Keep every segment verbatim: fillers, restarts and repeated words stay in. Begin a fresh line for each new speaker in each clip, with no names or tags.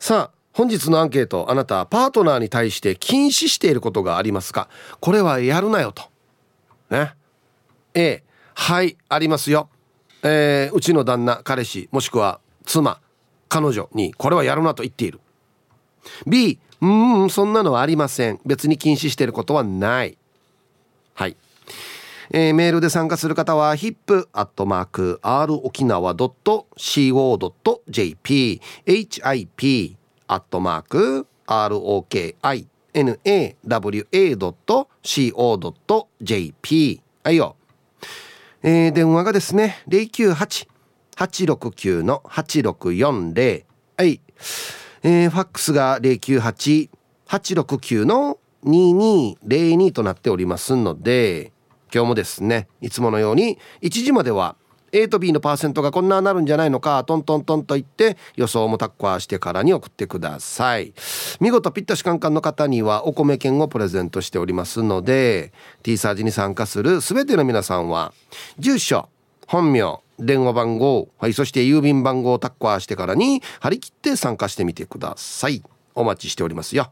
さあ本日のアンケート、あなたパートナーに対して禁止していることがありますか？これはやるなよとね。 A、 はいありますよ、えー、うちの旦那、彼氏もしくは妻、彼女にこれはやるなと言っている。 B、 うーんそんなのはありません、別に禁止していることはない。はい、えー、メールで参加する方は ヒップ アットマーク アール 沖縄 ドット シーオー ドット ジェーピー ヒップ アットマーク アール オーケーアイエヌエーダブリューエー ドット シーオー ドット ジェーピー。 はいよ、えー、電話がですね ゼロきゅうはち はちろくきゅう はちろくよんゼロ、はい、えー、ファックスが ゼロきゅうはち はちろくきゅう にーにーゼロに となっておりますので、今日もですねいつものようにいちじまでは A と B のパーセントがこんななるんじゃないのかトントントンと言って予想もタッカーしてからに送ってください。見事ピッタシカンカンの方にはお米券をプレゼントしておりますので、 T サージに参加するすべての皆さんは住所、本名、電話番号、はい、そして郵便番号をタッカーしてからに張り切って参加してみてください。お待ちしておりますよ。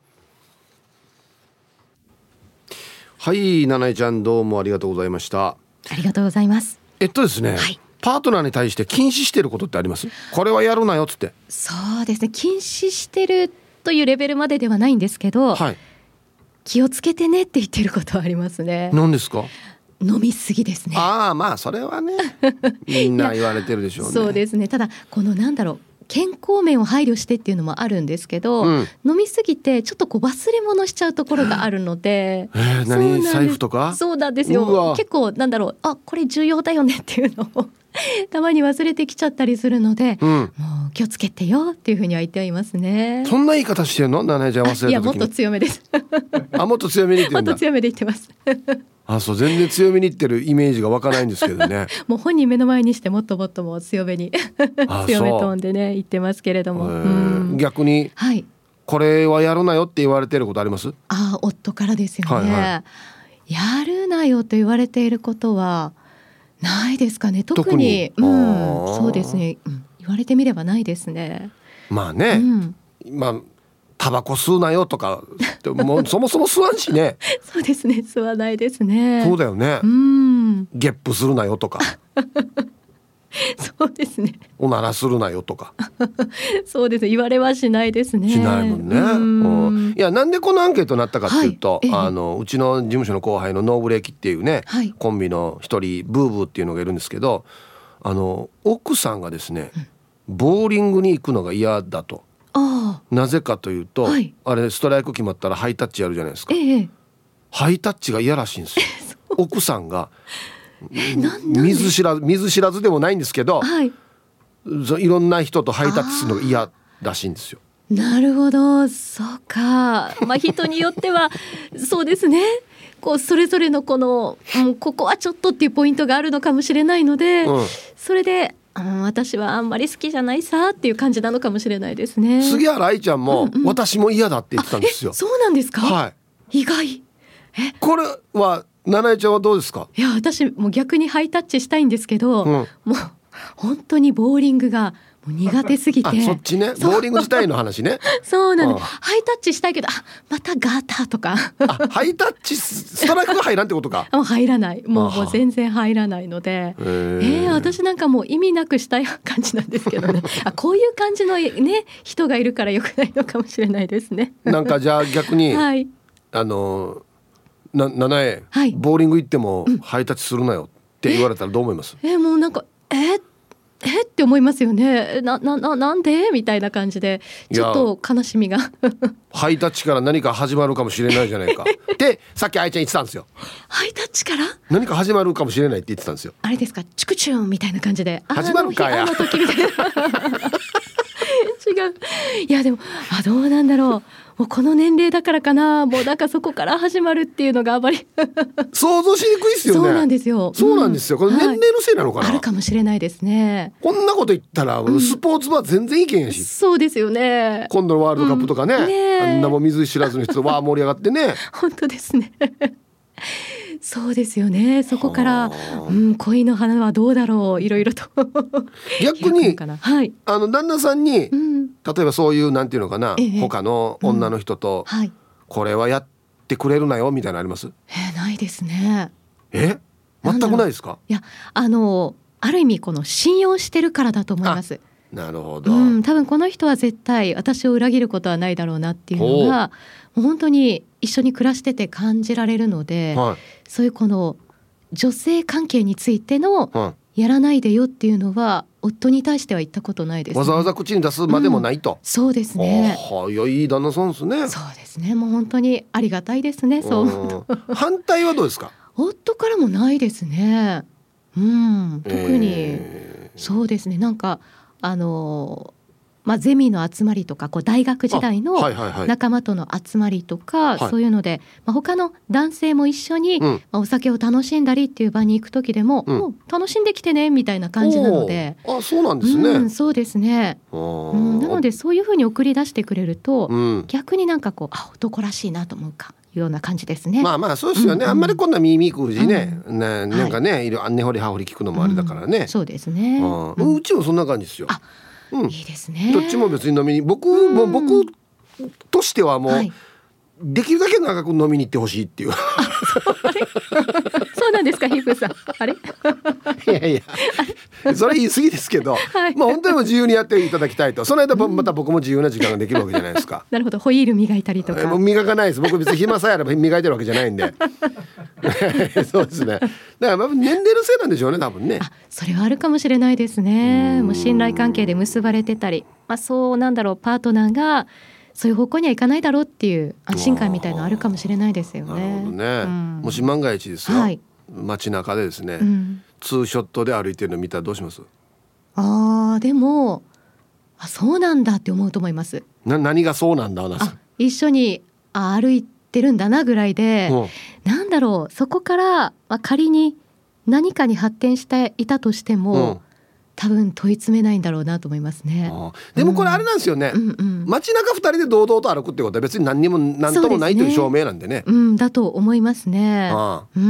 はい、ななえちゃんどうもありがとうございました。
ありがとうございます。
えっとですね、はい、パートナーに対して禁止してることってあります？これはやるなよっつって。
そうですね、禁止してるというレベルまでではないんですけど、はい、気をつけてねって言ってることはありますね。
何ですか？
飲みすぎですね。
ああ、まあそれはねみんな言われてるでしょうね。
そうですね。ただこのなんだろう、健康面を配慮してっていうのもあるんですけど、うん、飲みすぎてちょっとこう忘れ物しちゃうところがあるので、
えー、何財布とか？
そうなんですよ。結構なんだろう、あこれ重要だよねっていうのをたまに忘れてきちゃったりするので、うん、もう気をつけてよっていうふうには言ってはいますね。
そんな言い方してんの？ななちゃん忘れた時に。
いやもっと強めです
あ、もっと強めに言ってるんだ。
もっと強めで言ってます
あ、そう、全然強めに言ってるイメージが湧かないんですけどね
もう本人目の前にしてもっともっともう強めに強めトーンでね言ってますけれども、うん、
逆に、はい、これはやるなよって言われてることあります？
あ、夫からですよね、はいはい、やるなよと言われていることはないですかね。特に、特に、うん、そうですね、うん、言われてみればないですね。
まあね、うん、まあタバコ吸うなよとかもうそもそも吸わんしね
そうですね、吸わないですね。
そうだよね、うん、ゲップするなよとか
そうですね、
おならするなよとか
そうですね、言われはしないですね。
しないもんね。うん、いや、なんでこのアンケートになったかっていうと、はい、あのうちの事務所の後輩のノーブレーキっていうね、はい、コンビの一人ブーブーっていうのがいるんですけど、あの奥さんがですね、うん、ボーリングに行くのが嫌だと。あ、なぜかというと、はい、あれストライク決まったらハイタッチやるじゃないですか、ええ、ハイタッチが嫌らしいんですよ奥さんが見ず知らず見ず知らずでもないんですけど、はい、いろんな人とハイタッチするのが嫌らしいんですよ。
なるほど、そうか、まあ、人によってはそうですね、こうそれぞれのこの、うん、ここはちょっとっていうポイントがあるのかもしれないので、うん、それでうん、私はあんまり好きじゃないさっていう感じなのかもしれないですね。
杉原愛ちゃんも、うんうん、私も嫌だって言ってたんですよ。
そうなんですか？はい、意外。
え、これはななえちゃんはどうですか？
いや、私もう逆にハイタッチしたいんですけど、うん、もう本当にボーリングがもう苦手すぎて
あ、そっちね、ボーリング自体の話ね
そうなんです、ハイタッチしたいけど、あ、またガターとか
あ、ハイタッチストライクが入らんってことか
もう入らない、もう、もう全然入らないので、えー、私なんかもう意味なくしたい感じなんですけどねあ、こういう感じの、ね、人がいるから良くないのかもしれないですね
なんかじゃあ逆に、はい、あのなななえ、はい、ボーリング行ってもハイタッチするなよって言われたらどう思います？
え、えもうなんかえっえって思いますよね。な、な、な、なんでみたいな感じでちょっと悲しみが
ハイタッチから何か始まるかもしれないじゃないかってさっき愛ちゃん言ってたんですよ。
ハイタッチから何
か始まるかもしれないって言ってたんですよ。
あれですか、チクチューンみたいな感じで
始まるかや
あの時みたいな違う、いやでもあ、どうなんだろう、もうこの年齢だからかな、もうなんかそこから始まるっていうのがあまり
想像しにくいですよね。
そうなんですよ、
そうなんですよ、これ年齢のせいなのかな、
はい、あるかもしれないですね。
こんなこと言ったらスポーツは全然いけんやし、うん、
そうですよね。
今度のワールドカップとかね、うん、ね、あんなも水知らずの人わー盛り上がってね
本当ですねそうですよね。そこから、うん、恋の花はどうだろう、いろいろと
逆に、
はい、
あの旦那さんに、うん、例えばそういうなんていうのかな、
ええ、
他の女の人と、うん、はい、これはやってくれるなよみたいなのあります？
えー、ないですね。
え全くないですか？
いや、あのある意味この信用してるからだと思います。
なるほど、
うん、多分この人は絶対私を裏切ることはないだろうなっていうのがもう本当に一緒に暮らしてて感じられるので、はい、そういうこの女性関係についてのやらないでよっていうのは夫に対しては言ったことないですね。
わざわざ口に出すまでもないと、うん、
そうですね。
あ、いや、いい旦那さんですね。
そうですね、もう本当にありがたいですね。そう
反対はどうですか？
夫からもないですね。うん、特に、えー、そうですね、なんかあのまあ、ゼミの集まりとかこう大学時代の仲間との集まりとか、はいはいはい、そういうので、まあ、他の男性も一緒に、うん、まあ、お酒を楽しんだりっていう場に行く時でも、うん、もう楽しんできてねみたいな感じなので。
あ、そうなんですね、
うん、そうですね、うん、なのでそういうふうに送り出してくれると、うん、逆になんかこう、あ、男らしいなと思うかような感じですね。
まあまあそうですよね、うんうん、あんまりこんな耳くじね、うん、な, なんかね、はい、いろいろ根掘り葉掘り聞くのもあれだからね、うん、
そうですね、
うん、うちもそんな感じですよ。
あ、うん、いいですね。
どっちも別に飲みに、僕も僕としてはもう、はい、できるだけ長く飲みに行ってほしいっていう。
そうあれそうなんですか、ヒップさん。あれい
やいや、それ言い過ぎですけど、はい、まあ本当にも自由にやっていただきたいと。その間また僕も自由な時間ができるわけじゃないですか。
なるほど、ホイール磨いたりとか。
もう磨かないです。僕別に暇さえあれば磨いてるわけじゃないんでそうですね。だからまあ年齢のせいなんでしょうね、多分ね。
あ、それはあるかもしれないですね。もう信頼関係で結ばれてたり、まあ、そうなんだろう、パートナーがそういう方向にはいかないだろうっていう安心感みたいなのあるかもしれないですよね。
なるほどね、うん、もし万が一ですよ、はい、街中でですね、うん、ツーショットで歩いてるの見たらどうします？
あー、でも、あ、そうなんだって思うと思います。
な、何がそうなんだ？
あ、一緒にあ歩いてるんだなぐらいで、うん、なんだろう、そこから、まあ、仮に何かに発展していたとしても、うん、多分問い詰めないんだろうなと思いますね。
あ、でもこれあれなんですよね、うんうんうん、街中ふたりで堂々と歩くってことは別に何にも何ともないという証明なんでね。
うん、だと思いますね。ああ、うん、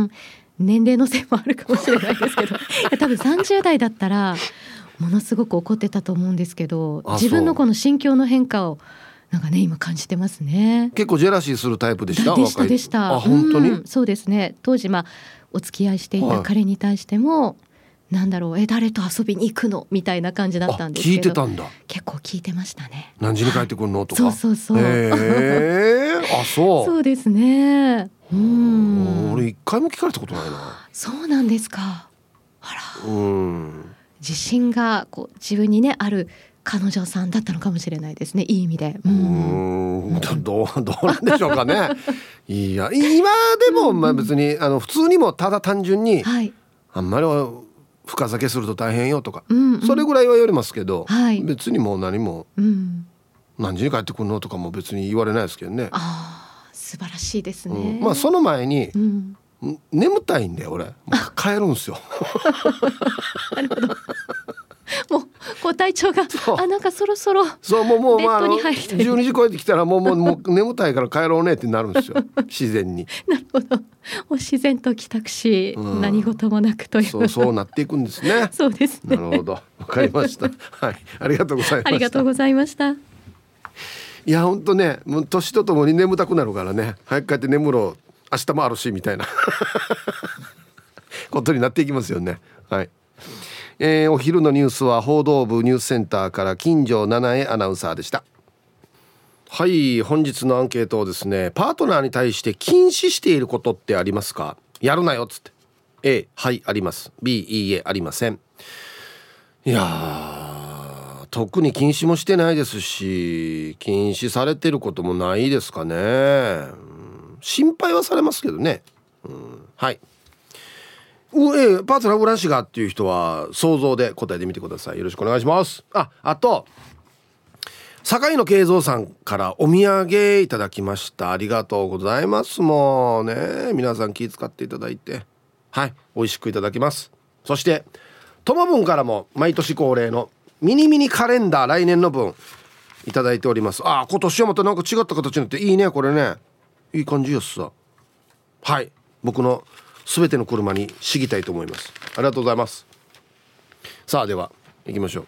年齢のせいもあるかもしれないですけど多分さんじゅう代だったらものすごく怒ってたと思うんですけど、自分のこの心境の変化をなんかね、今感じてますね。
結構ジェラシーするタイプでした？
でしたでした。
あ、本当に、うん、
そうですね。当時、まあ、お付き合いしていた彼に対しても、はい、なんだろう、え、誰と遊びに行くのみたいな感じだったんですけど、
聞いてたんだ。
結構聞いてましたね。
何時に帰ってくるのとか、
そうそうそう、
へーあ、そう
そうですね。うん、
俺一回も聞かれたことないな。
そうなんですか。あら、
うん、
自信がこう自分にねある彼女さんだったのかもしれないですね、いい意味で。うん、
うーん、どう、どうなんでしょうかねいや、今でもまあ別に、うん、あの普通にもただ単純に、はい、あんまり深酒すると大変よとか、うんうん、それぐらいは言われますけど、はい、別にもう何も、うん、何時に帰ってくるのとかも別に言われないですけどね。
あ、素晴らしいですね、
うん、まあその前に、うん、眠たいんで俺もう帰るんですよ
なるほどもうこう体調が、あ、なんかそろそろ
そうもうもう、まあ、
ベッドに入りたい、
じゅうにじ超えてきたらもうもうもう眠たいから帰ろうねってなるんですよ自然に。
なるほど、もう自然と帰宅し、うん、何事もなくという、
そう、そうなっていくんですね
そうですね。
なるほど、わかりましたはい、ありがとうございました。
ありがとうございました。い
や本当ね、もう年とともに眠たくなるからね、早く帰って眠ろう、明日もあるしみたいなことになっていきますよね。はい、えー、お昼のニュースは報道部ニュースセンターから金城七重アナウンサーでした。はい、本日のアンケートをですね、パートナーに対して禁止していることってありますか？やるなよっつって。 A、 はいあります。 B、 いいえありません。いやー、特に禁止もしてないですし、禁止されてることもないですかね、うん、心配はされますけどね、うん、はい。うえパートナーブランシがっていう人は想像で答えてみてください。よろしくお願いします。あ、あと堺の慶三さんからお土産いただきました。ありがとうございます。もうね、皆さん気遣っていただいて、はい、美味しくいただきます。そしてともぶんからも毎年恒例のミニミニカレンダー、来年の分いただいております。あ、今年はまたなんか違った形になっていいね、これね、いい感じよっさ。はい、 僕の全ての車に敷きたいと思います。ありがとうございます。さあでは行きましょう。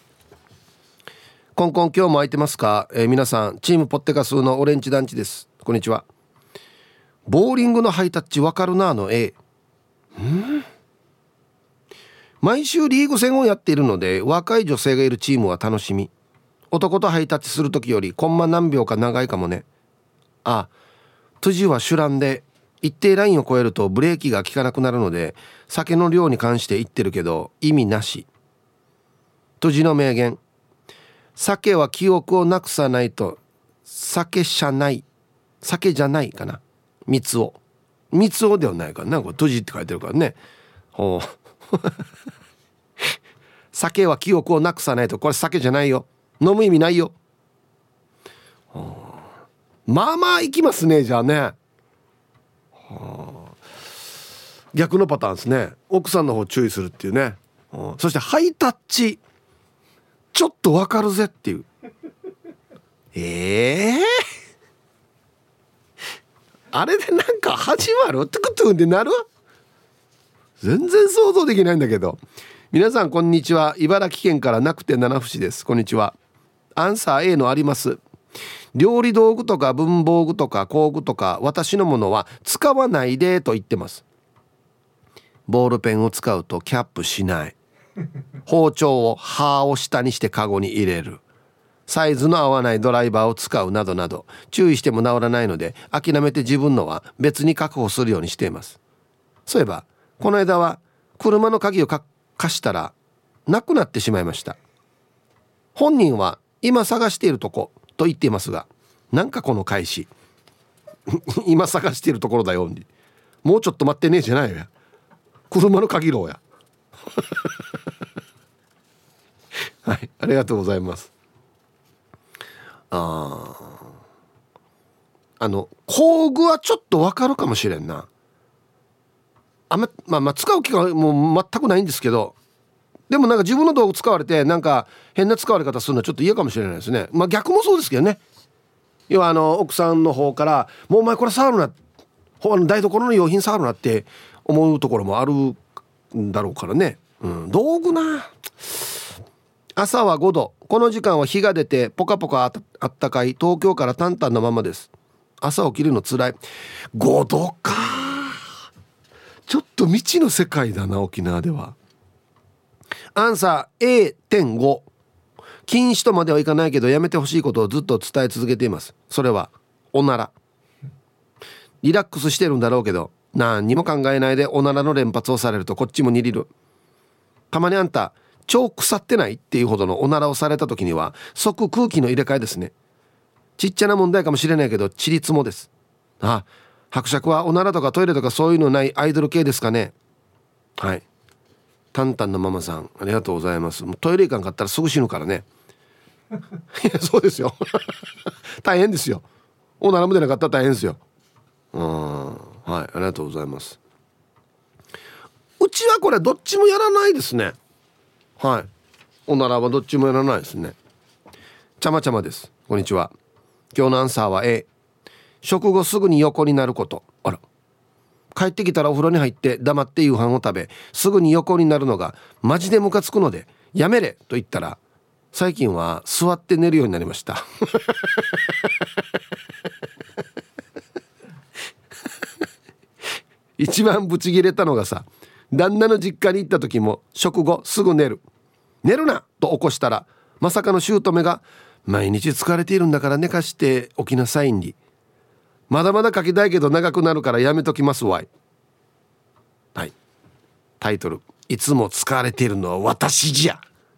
コンコン今日も空いてますか？えー、皆さんチームポッテカスのオレンジ団地です。こんにちは。ボーリングのハイタッチわかるなの A。 ん毎週リーグ戦をやっているので若い女性がいるチームは楽しみ。男とハイタッチする時よりコンマ何秒か長いかもね。あ、トゥジは主乱で一定ラインを超えるとブレーキが効かなくなるので酒の量に関して言ってるけど意味なし。トゥジの名言、酒は記憶をなくさないと酒じゃない酒じゃないかな。三つを三つをではないかな。これトゥジって書いてるからね。ほう酒は記憶をなくさないと、これ酒じゃないよ、飲む意味ないよ。まあまあいきますね。じゃあね、はあ、逆のパターンですね。奥さんの方注意するっていうね。はあ、そしてハイタッチちょっとわかるぜっていう。ええー、あれでなんか始まるトゥクトゥンってなる？全然想像できないんだけど。皆さんこんにちは。茨城県からなくて七節です。こんにちは。アンサー A のあります。料理道具とか文房具とか工具とか私のものは使わないでと言ってます。ボールペンを使うとキャップしない。包丁を刃を下にしてカゴに入れる。サイズの合わないドライバーを使うなどなど注意しても治らないので諦めて自分のは別に確保するようにしています。そういえばこの間は車の鍵をか貸したらなくなってしまいました。本人は今探しているとこと言っていますが、なんかこの返し今探しているところだよ、もうちょっと待ってねえじゃないよや、車の鍵ろうやはい、ありがとうございます。ああの工具はちょっとわかるかもしれんな。あままあまあ使う機会もう全くないんですけど、でもなんか自分の道具使われてなんか変な使われ方するのはちょっと嫌かもしれないですね。まあ逆もそうですけどね。要はあの奥さんの方からもうお前これ触るな、あの台所の用品触るなって思うところもあるんだろうからね。うん、道具な。朝はごど、この時間は日が出てポカポカ あ, あったかい東京からタンタンのままです。朝起きるのつらい。ごどか、ちょっと未知の世界だな沖縄では。アンサー エーてんご、 禁止とまではいかないけどやめてほしいことをずっと伝え続けています。それはおなら。リラックスしてるんだろうけど何にも考えないでおならの連発をされるとこっちもにりる。たまにあんた超腐ってないっていうほどのおならをされた時には即空気の入れ替えですね。ちっちゃな問題かもしれないけどちりつもです。あ、伯爵はおならとかトイレとかそういうのないアイドル系ですかね。はい、タンタンのママさんありがとうございます。もうトイレ行かんかったらすぐ死ぬからねいやそうですよ大変ですよ。おならも出なかったら大変ですよ。うん、はい、ありがとうございます。うちはこれどっちもやらないですね。はい、おならはどっちもやらないですね。ちゃまちゃまです。こんにちは。今日のアンサーは A、 食後すぐに横になること。あら、帰ってきたらお風呂に入って黙って夕飯を食べすぐに横になるのがマジでムカつくのでやめれと言ったら最近は座って寝るようになりました一番ブチギレたのがさ、旦那の実家に行った時も食後すぐ寝る寝るなと起こしたらまさかの姑が毎日疲れているんだから寝かして起きなさいに、まだまだ書きたいけど長くなるからやめときますわい。はい、タイトル、いつも疲れているのは私じゃ。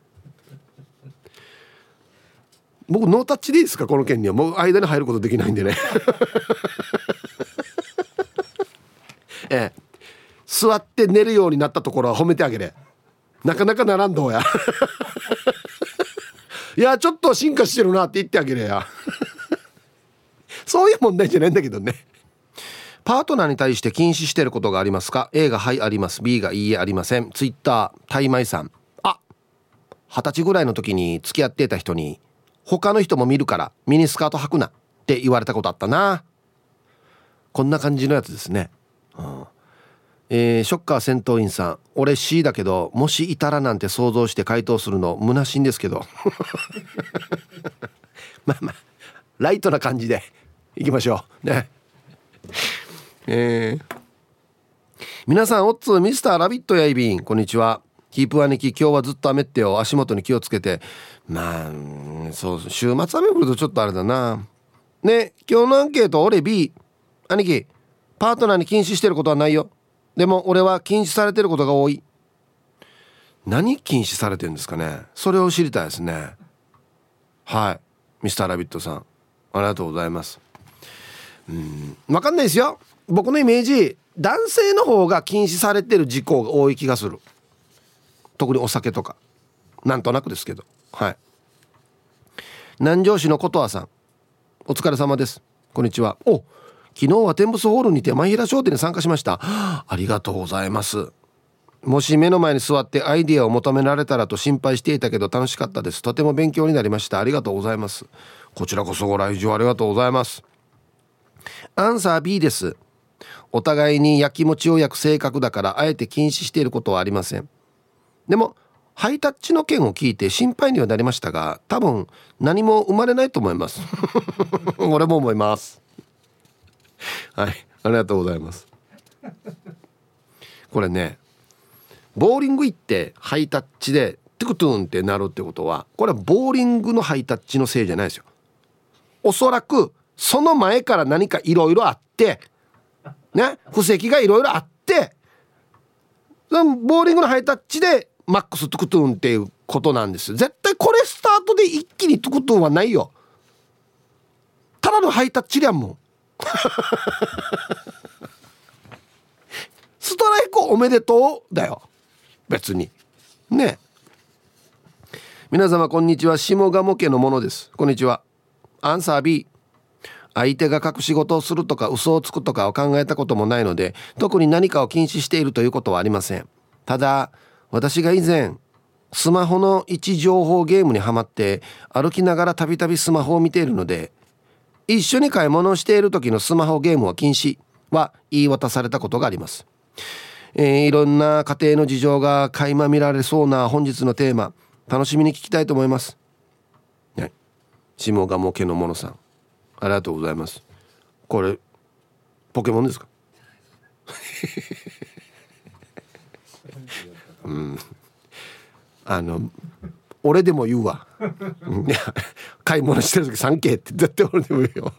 僕ノータッチでいいですか、この件には。もう間に入ることできないんでねええ、座って寝るようになったところは褒めてあげれ。なかなかならんどうやいやちょっと進化してるなって言ってあげれやそういう問題じゃないんだけどね。パートナーに対して禁止していることがありますか？ A がはいあります、 B がいいえありません。ツイッタータイマイさん、あ、はたちぐらいの時に付き合っていた人に他の人も見るからミニスカート履くなって言われたことあったな。こんな感じのやつですね。 うんえー、ショッカー戦闘員さん、俺 C だけどもしいたらなんて想像して回答するの虚しいんですけどまあまあライトな感じでいきましょうね。えー、皆さんおっつミスターラビットやいびんこんにちは。キープ兄貴今日はずっと雨ってよ、足元に気をつけて。まあそう週末雨降るとちょっとあれだな。ね今日のアンケート俺 B。 兄貴パートナーに禁止してることはないよ。でも俺は禁止されてることが多い。何禁止されてるんですかね、それを知りたいですね。はいミスターラビットさんありがとうございます。うん分かんないですよ、僕のイメージ男性の方が禁止されてる事項が多い気がする。特にお酒とかなんとなくですけど。はい南城市のことわさんお疲れ様です。こんにちは。お昨日はテンブスホールにてマヒラ商店に参加しました。ありがとうございます。もし目の前に座ってアイデアを求められたらと心配していたけど楽しかったです。とても勉強になりました。ありがとうございます。こちらこそご来場ありがとうございます。アンサー B です。お互いにやきもちを焼く性格だからあえて禁止していることはありません。でもハイタッチの件を聞いて心配にはなりましたが、多分何も生まれないと思います俺も思います。はいありがとうございます。これねボーリング行ってハイタッチでトゥクトゥンってなるってことは、これはボーリングのハイタッチのせいじゃないですよ。おそらくその前から何かいろいろあってね、布石がいろいろあってボーリングのハイタッチでマックストゥクトゥンっていうことなんです。絶対これスタートで一気にトゥクトゥンはないよ。ただのハイタッチりゃんもんストライクおめでとうだよ別にね。皆様こんにちは、下鴨家のものです。こんにちは。アンサー B。 相手が隠し事をするとか嘘をつくとかを考えたこともないので特に何かを禁止しているということはありません。ただ私が以前スマホの位置情報ゲームにハマって歩きながらたびたびスマホを見ているので、一緒に買い物をしている時のスマホゲームは禁止は言い渡されたことがあります。えー、いろんな家庭の事情が垣間見られそうな本日のテーマ楽しみに聞きたいと思います。はい、下鴨家のものさんありがとうございます。これポケモンですかうんあの俺でも言うわいや買い物してる時 サンケー って絶対俺でも言うよ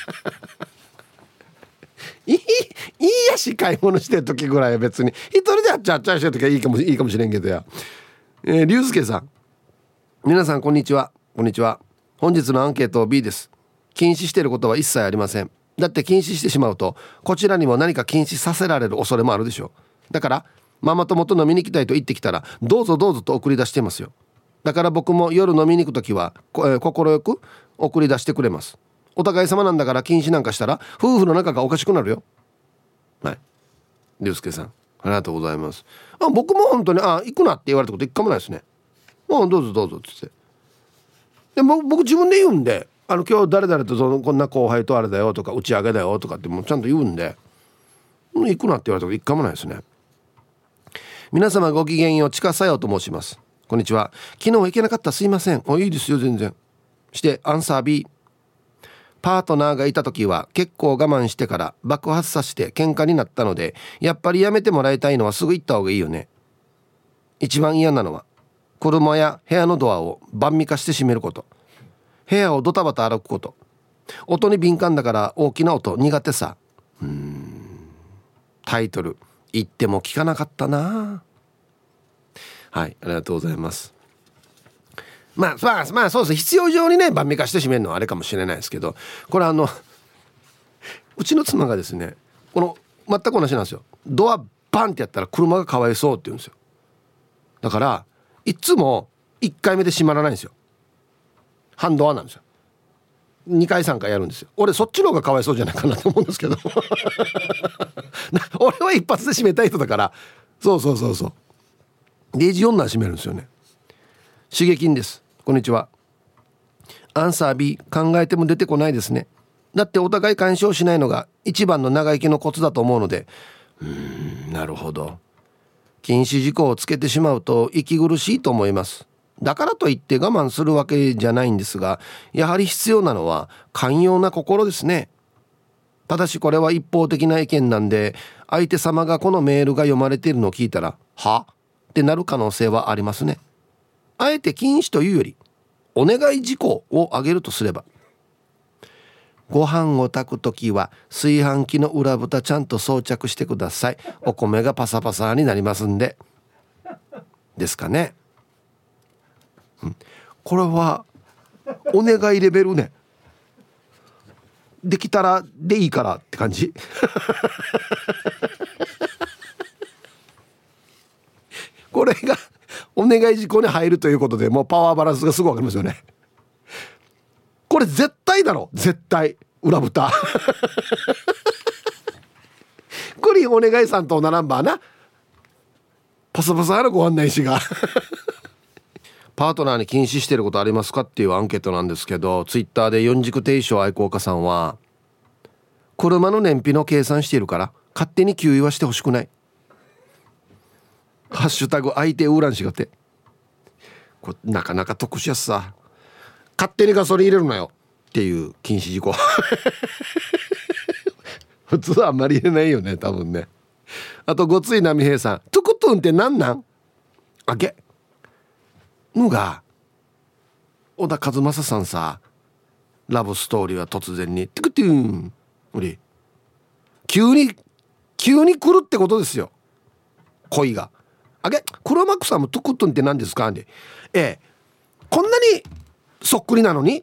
いいいいやし買い物してる時ぐらいは別に一人であっちゃあっちゃしてる時はいいかもいいかもしれんけどや。えー、龍介さん皆さんこんにちは。こんにちは。本日のアンケート B です。禁止していることは一切ありません。だって禁止してしまうとこちらにも何か禁止させられる恐れもあるでしょう。だからママ友と飲みに行きたいと言ってきたらどうぞどうぞと送り出してますよ。だから僕も夜飲みに行くときは心よく送り出してくれます。お互い様なんだから禁止なんかしたら夫婦の仲がおかしくなるよ。はい、龍介さんありがとうございます。あ僕も本当にあ行くなって言われたこと一回もないですね。もうどうぞどうぞっつってでも僕自分で言うんで、あの今日誰々とそのこんな後輩とあれだよとか打ち上げだよとかってもうちゃんと言うんで、行くなって言われたこと一回もないですね。皆様ごきげんよう、ちかさよと申します。こんにちは。昨日行けなかった、すいません。おいいですよ全然。してアンサー B。 パートナーがいた時は結構我慢してから爆発させて喧嘩になったので、やっぱりやめてもらいたいのはすぐ行った方がいいよね。一番嫌なのは車や部屋のドアを晩味化して閉めること、部屋をドタバタ歩くこと。音に敏感だから大きな音苦手さ。うーんタイトル言っても聞かなかったな。はいありがとうございます。まあまあまあそうですね、必要上にね晩味化して閉めるのはあれかもしれないですけど、これあのうちの妻がですねこの全く同じなんですよ。ドアバンってやったら車がかわいそうって言うんですよ。だからいつもいっかいめで閉まらないんですよ。ハンドアなんですよ。にかいさんかいやるんですよ。俺そっちの方がかわいそうじゃないかなと思うんですけど俺は一発で閉めたい人だから。そうそうそうそう。レジよんなん閉めるんですよね。しげきんです。こんにちは。アンサー B。 考えても出てこないですね。だってお互い干渉しないのが一番の長生きのコツだと思うので、 うーん、なるほど。禁止事項をつけてしまうと息苦しいと思います。だからといって我慢するわけじゃないんですが、やはり必要なのは寛容な心ですね。ただしこれは一方的な意見なんで、相手様がこのメールが読まれているのを聞いたらはってなる可能性はありますね。あえて禁止というよりお願い事項を挙げるとすれば、ご飯を炊くときは炊飯器の裏蓋ちゃんと装着してください。お米がパサパサになりますんで、ですかね。うん、これはお願いレベルね。できたらでいいからって感じこれがお願い事項に入るということで、もうパワーバランスがすごいわかりますよね。これ絶対だろ、絶対裏蓋これお願いさんとおならんばな、パサパサのご案内しがパートナーに禁止してることありますかっていうアンケートなんですけど、ツイッターで四軸定称愛好家さんは、車の燃費の計算しているから勝手に給油はしてほしくない、ハッシュタグ相手ウーランしがって、これなかなか特殊やすさ、勝手にガソリン入れるなよっていう禁止事項普通はあんまり入れないよね多分ね。あとごつい波平さん、トゥクトゥンってなんなんあげのが小田和正さんさ、ラブストーリーは突然にトゥクトゥン無理、急に急に来るってことですよ、恋が。あげ黒幕さんもトゥクトゥンって何ですかで、ええ、こんなにそっくりなのに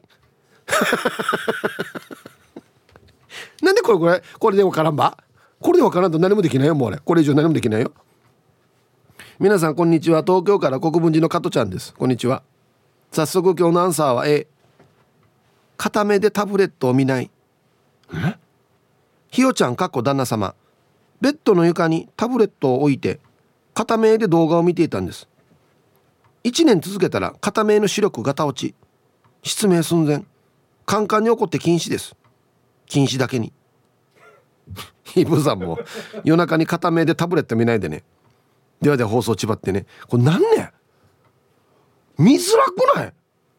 なんでこれこれこれでわからんば、これでわからんと何もできないよ、もう俺これ以上何もできないよ。皆さんこんにちは、東京から国分寺の加トちゃんです。こんにちは。早速今日のアンサーは A、 片目でタブレットを見ない。えひよちゃんかっこ旦那様、ベッドの床にタブレットを置いて片目で動画を見ていたんです。いちねん続けたら片目の視力が倒ち、失明寸前、カンカンに怒って禁止です。禁止だけにイブさんも夜中に片目でタブレット見ないでね。ではでは放送ちばってね、これなんね見づらくない？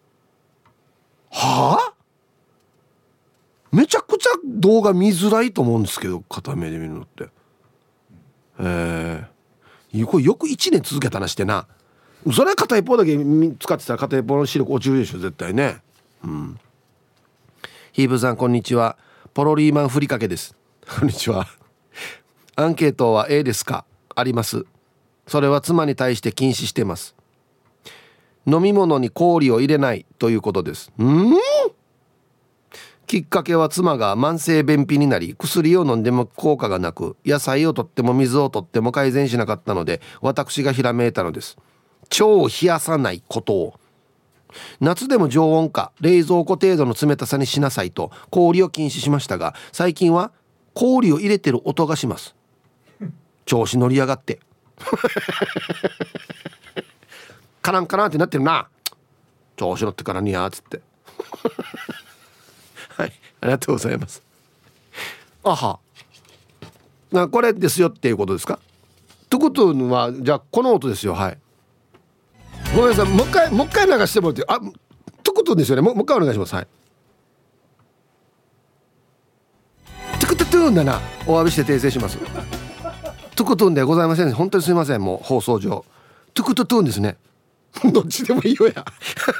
はあ、めちゃくちゃ動画見づらいと思うんですけど、片目で見るのって。えー、これよくいちねん続けたなしてな。それは片一方だけ使ってたら片一方の視力落ちるでしょ絶対ね。うん。ヒーブさんこんにちは、ポロリーマンふりかけです。こんにちは。アンケートは A ですか？あります。それは妻に対して禁止してます。飲み物に氷を入れないということです。んーきっかけは妻が慢性便秘になり、薬を飲んでも効果がなく、野菜をとっても水をとっても改善しなかったので、私がひらめいたのです。腸を冷やさないことを。夏でも常温か冷蔵庫程度の冷たさにしなさいと氷を禁止しましたが、最近は氷を入れてる音がします。調子乗りやがってカランカランってなってるな、調子乗ってからにやーっつってはい、ありがとうございます。あはな、これですよっていうことですか？ということはじゃあこの音ですよ。はい、ごめんなさい、もう一回もう一回流してもらって、あ、ということですよね。もう、もう一回お願いします。はい、トゥクトゥトゥーンだな、お詫びして訂正します。トゥクトゥーンではございません。本当にすいません、もう放送上トゥクトゥトゥーンですね。どっちでもいいよや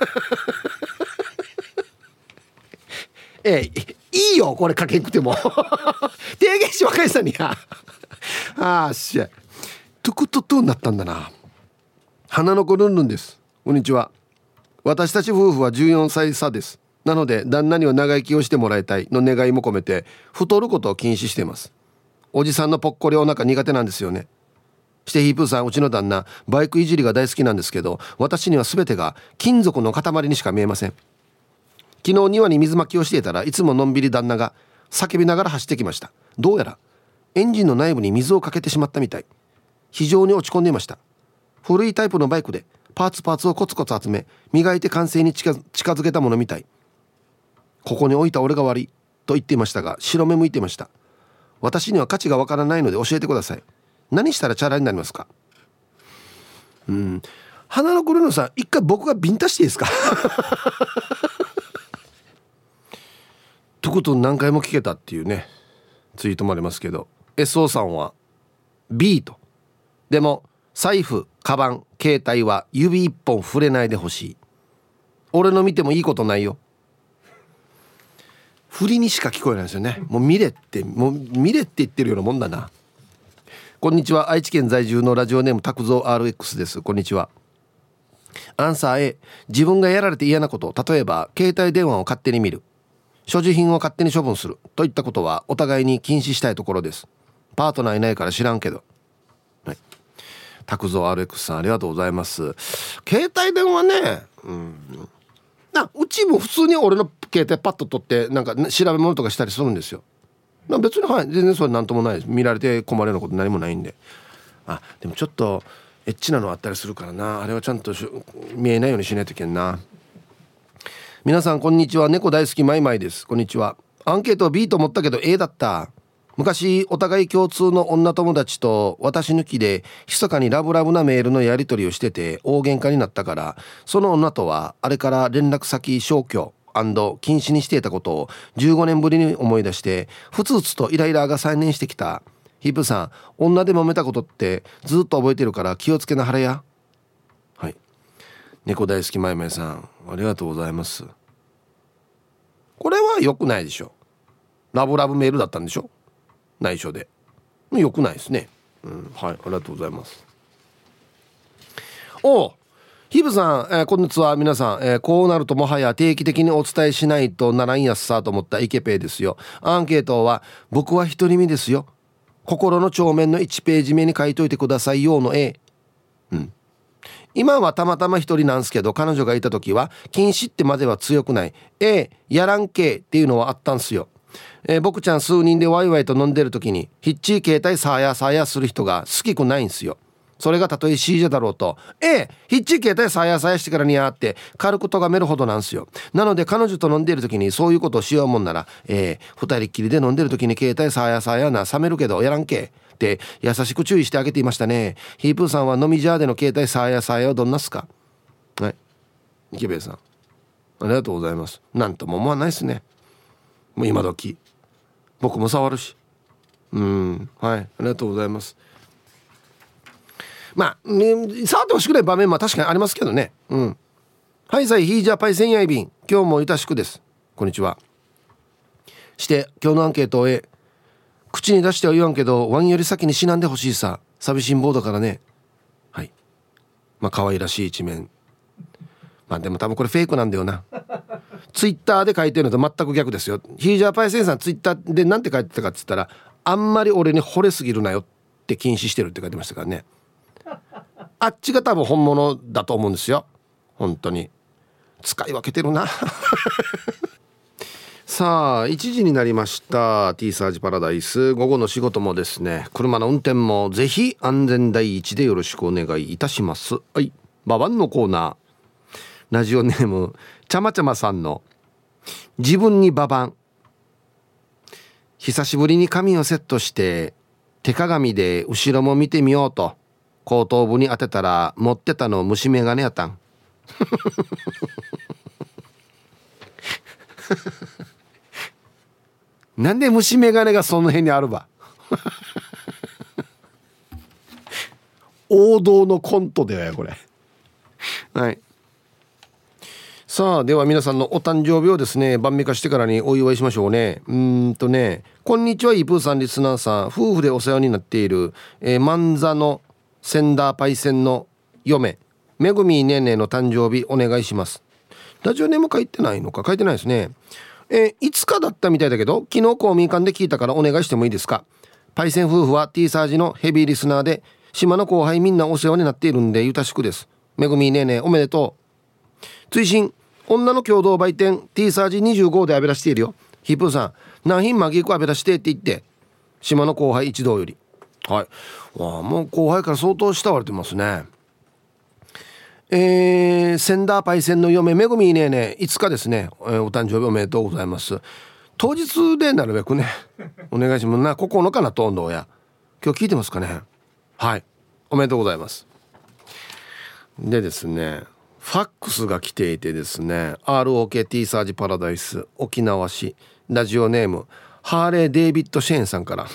えー、いいよこれかけんくても提言し若いさんにやあーしゃトゥクトゥトゥーンだったんだな。花の子ルンルンです。こんにちは。私たち夫婦はじゅうよんさい差です。なので旦那には長生きをしてもらいたいの願いも込めて太ることを禁止しています。おじさんのぽっこりお腹苦手なんですよね。してヒープーさん、うちの旦那バイクいじりが大好きなんですけど、私には全てが金属の塊にしか見えません。昨日庭に水まきをしていたらいつものんびり旦那が叫びながら走ってきました。どうやらエンジンの内部に水をかけてしまったみたい。非常に落ち込んでいました。古いタイプのバイクでパーツパーツをコツコツ集め磨いて完成に近づけたものみたい。ここに置いた俺が悪いと言っていましたが白目向いていました。 私には価値がわからないので教えてください。何したらチャラになりますか？うん、花のクルーノさん、一回僕がビンタしていいですか？とこと何回も聞けたっていうねツイートもありますけど、 エスオー さんは ビー と。でも財布、カバン、携帯は指一本触れないでほしい。俺の見てもいいことないよ。振りにしか聞こえないですよね。もう見れってもう見れって言ってるようなもんだな。こんにちは、愛知県在住のラジオネーム拓蔵 アールエックス です。こんにちは。アンサー A、 自分がやられて嫌なこと、例えば携帯電話を勝手に見る、所持品を勝手に処分するといったことはお互いに禁止したいところです。パートナーいないから知らんけど。はい、拓蔵 アールエックス さんありがとうございます。携帯電話ね、うん、なうちも普通に俺の携帯パッと取ってなんか調べ物とかしたりするんですよ。別にはい全然それなんともないです。見られて困るようなこと何もないんで。あ、でもちょっとエッチなのあったりするからな、あれはちゃんと見えないようにしないといけんな。皆さんこんにちは、猫大好きマイマイです。こんにちは。アンケート B と思ったけど A だった。昔お互い共通の女友達と私抜きで密かにラブラブなメールのやり取りをしてて大喧嘩になったから、その女とはあれから連絡先消去禁止にしていたことをじゅうごねんぶりに思い出して、ふつふつとイライラが再燃してきた。ヒップさん、女で揉めたことってずっと覚えてるから気をつけなはれや。はい、猫大好きまいまいさんありがとうございます。これは良くないでしょ。ラブラブメールだったんでしょ、内緒で。良くないですね。うん、はい、ありがとうございます。おうヒブさん、えー、こんにちは。皆さん、えー、こうなるともはや定期的にお伝えしないとならんやっさと思ったイケペイですよ。アンケートは僕は独り身ですよ、心の帳面のいちページ目に書いといてくださいよの A。 うん、今はたまたま一人なんすけど、彼女がいた時は禁止ってまでは強くない A やらんけっていうのはあったんすよ。えー、僕ちゃん数人でワイワイと飲んでる時にヒッチー携帯サーヤサーヤする人が好きくないんすよ。それがたとえ C じゃだろうと、ええヒッチー携帯さやさやしてからにゃーって軽く咎めるほどなんすよ。なので彼女と飲んでいる時にそういうことをしようもんなら、ええ二人っきりで飲んでる時に携帯さやさやな冷めるけどやらんけって優しく注意してあげていましたね。ヒープーさんは飲みジャーでの携帯さやさやはどんなっすか？はい、池部さんありがとうございます。なんとも思わないですね。もう今時僕も触るし、うん、はい、ありがとうございます。まあ、ね、触ってほしくない場面も確かにありますけどね。うん。はいさいヒージャーパイセンヤイビン、今日もいたしくです。こんにちは。して今日のアンケートを A、 口に出しては言わんけどワンより先に死なんでほしいさ、寂しん坊だからね。はい、まあ可愛らしい一面。まあでも多分これフェイクなんだよな。ツイッターで書いてるのと全く逆ですよ。ヒージャーパイセンさんツイッターでなんて書いてたかって言ったら、あんまり俺に惚れすぎるなよって禁止してるって書いてましたからね。あっちが多分本物だと思うんですよ。本当に使い分けてるな。さあいちじになりました。 T サージパラダイス、午後の仕事もですね、車の運転もぜひ安全第一でよろしくお願いいたします。はい、ババンのコーナー。ラジオネームちゃまちゃまさんの自分にババン。久しぶりに髪をセットして手鏡で後ろも見てみようと後頭部に当てたら持ってたの虫眼鏡やったん。なんで虫眼鏡がその辺にあるば。王道のコントだよこれ。はい、さあでは皆さんのお誕生日をですね晩御飯してからにお祝いしましょうね。うーんとねこんにちはイープーさん、リスナーさん、夫婦でお世話になっている、えー、万座のセンダーパイセンの嫁めぐみねねの誕生日お願いします。ラジオネーム書いてないのか、書いてないですね。えー、いつかだったみたいだけど昨日公民館で聞いたからお願いしてもいいですか。パイセン夫婦は T サージのヘビーリスナーで島の後輩みんなお世話になっているんでゆたしくです。めぐみねねおめでとう。追伸女の共同売店 T サージにじゅうごで浴びらしているよ。ヒップーさん何品マギーコ浴びらしてって言って島の後輩一同より。はい、わあもう後輩から相当慕われてますね。えー、センダーパイセンの嫁めぐみねえねいつかですね、えー、お誕生日おめでとうございます。 当日でなるべくねお願いしますな。ここのかなとんどや今日聞いてますかね。はい、おめでとうございます。でですね、ファックスが来ていてですね、 アールオーケーティー サージパラダイス沖縄市ラジオネームハーレー・デイビッド・シェーンさんから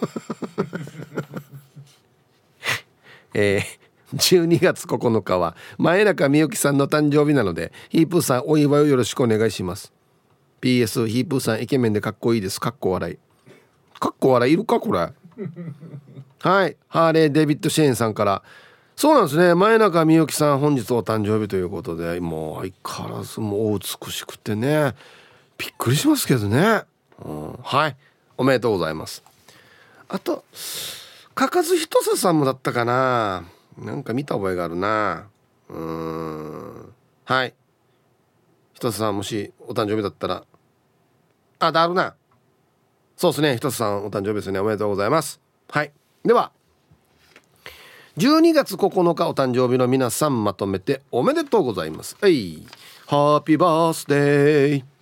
えー、じゅうにがつここのかは前中みゆきさんの誕生日なのでヒープーさんお祝いをよろしくお願いします。 ピーエス ヒープーさんイケメンでかっこいいです。かっこ笑い。かっこ笑いいるかこれはい、ハーレー・デイビッド・シェーンさんから。そうなんですね、前中みゆきさん本日お誕生日ということで、もう相変わらずもうお美しくてね、びっくりしますけどね、うん、はい、おめでとうございます。あとかかずひとささんもだったかな、なんか見た覚えがあるな。うーん、はい、ひとささんもしお誕生日だったら、あ、だるな、そうですね、ひとささんお誕生日ですね、おめでとうございます。はい、ではじゅうにがつここのかお誕生日の皆さんまとめておめでとうございます。はい、ハッピーバースデー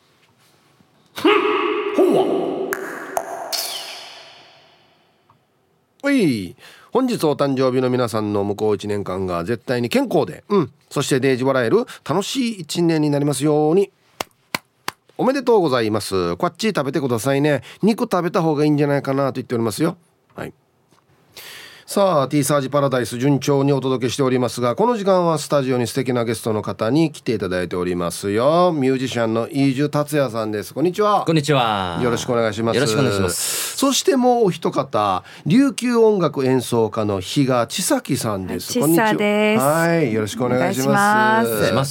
ほわはい、本日お誕生日の皆さんの向こういちねんかんが絶対に健康で、うん、そしてデージ笑える楽しいいちねんになりますように。おめでとうございます。こっち食べてくださいね。肉食べた方がいいんじゃないかなと言っておりますよ。はい、さあ T サージパラダイス順調にお届けしておりますが、この時間はスタジオに素敵なゲストの方に来ていただいておりますよ。ミュージシャンの飯樹達也さんです。こんにちは。
こんにちは。
よろしくお願いします。
よろしくお願いします。
そしてもうお一方、琉球音楽演奏家の比嘉千咲さんです。
千咲です。
はい、よろしくお願いします。
お願いします。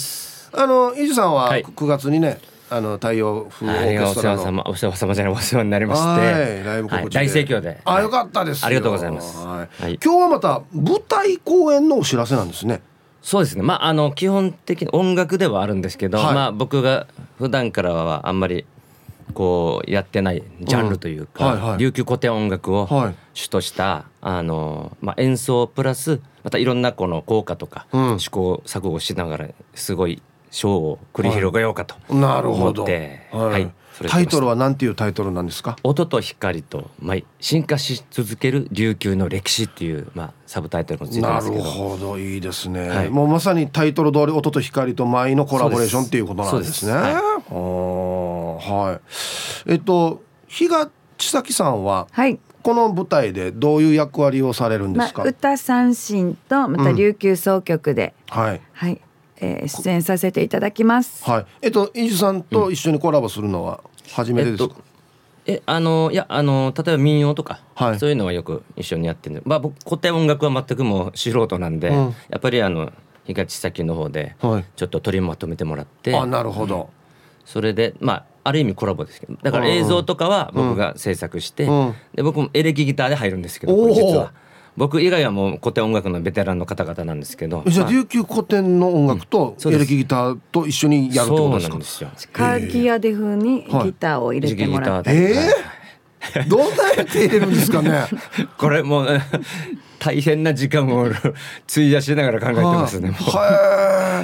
あの飯樹さんは
はい
くがつにね、あの太陽風オーケストラの、
はい、お世話様じゃないお世話になりまして、
はい、ライブ告知で、はい、
大盛況で、
あ、よかったですよ。
ありがとうございます。
はい
はい、
今日はまた舞台公演のお知らせなんですね。
そうですね、まあ、あの基本的に音楽ではあるんですけど、はい、まあ、僕が普段からはあんまりこうやってないジャンルというか、うんはいはい、琉球古典音楽を主とした、あの、まあ、演奏プラスまたいろんなこの効果とか、うん、試行錯誤しながらすごいショーを繰り広げようかと思って、
はい、なるほど、はいはい、タイトルは何ていうタイトルなんですか？
音と光と、まあ、進化し続ける琉球の歴史っていう、まあ、サブタイトルもついてますけど。
なるほど、いいですね、はい、もうまさにタイトル通り音と光と舞のコラボレーションっていうことなんですね。はい、はい、えっと比嘉千咲さんは、はい、この舞台でどういう役割をされるんですか？
まあ、歌三線とまた琉球総曲で、うん、はい、はい、えー、出演させていただきます。
はい、えっと飯樹さんと一緒にコラボするのは初めてですか？
えっと、えあのいやあの例えば民謡とか、はい、そういうのはよく一緒にやってるんで、まあ、僕古典音楽は全くもう素人なんで、うん、やっぱりあの比嘉千咲の方でちょっと取りまとめてもらって、はい、
あ、なるほど、
それでまあある意味コラボですけど、だから映像とかは僕が制作して、うん、で僕もエレキギターで入るんですけど、実は僕以外はもう古典音楽のベテランの方々なんですけど、
じゃあ琉球古典の音楽とエレキギターと一緒にやるってことですか？そうなんですよ。
カーキアデ風にギターを入れてもらって、
えー、どうやって入れるんですかね
これもう大変な時間を費やしながら考えてますね。
はい、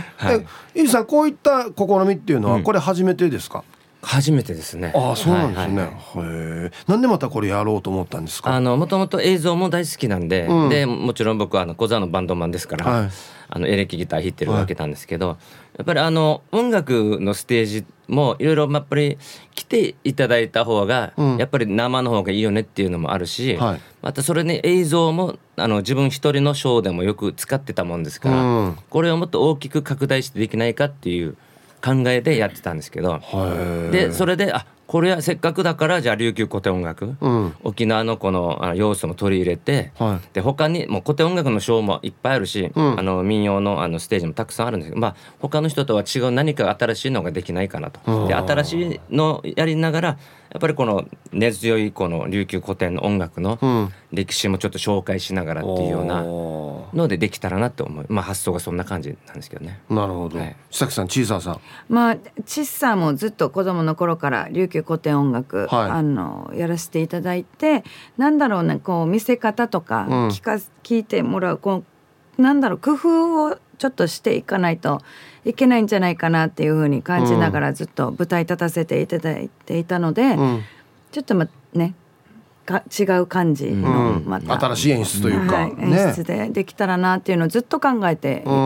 飯樹さん、こういった試みっていうのはこれ初めてですか？うん、
初めてですね。
ああ、そうなんですね。はいはいはい、へえ。なんでまたこれやろうと思ったんですか？
あのもともと映像も大好きなんで、うん、でもちろん僕はあの小座のバンドマンですから、はい、あのエレキギター弾いてるわけなんですけど、はい、やっぱりあの音楽のステージもいろいろやっぱり来ていただいた方が、うん、やっぱり生の方がいいよねっていうのもあるし、はい、またそれね映像もあの自分一人のショーでもよく使ってたもんですから、うん、これをもっと大きく拡大してできないかっていう考えでやってたんですけど、でそれであこれはせっかくだからじゃあ琉球古典音楽、うん、沖縄のこのあの要素も取り入れて、はい、で他にもう古典音楽のショーもいっぱいあるし、うん、あの民謡 の, あのステージもたくさんあるんですけど、まあ、他の人とは違う何か新しいのができないかなと。で新しいのやりながらやっぱりこの根強いこの琉球古典の音楽の歴史もちょっと紹介しながらっていうようなのでできたらなと思う、まあ、発想がそんな感じなんですけどね。
なるほど、はい、千咲さん、小ささん、
まあ、小さもずっと子供の頃から琉球古典音楽、はい、あのやらせていただいて、なんだろうね、こう見せ方とか聞か、うん、聞いてもらうこうなんだろう工夫をちょっとしていかないといけないんじゃないかなっていうふうに感じながらずっと舞台立たせていただいていたので、うん、ちょっとまねか違う感じの、
うん、また新しい演出というか、はい
ね、演出でできたらなっていうのをずっと考えて い,、うん、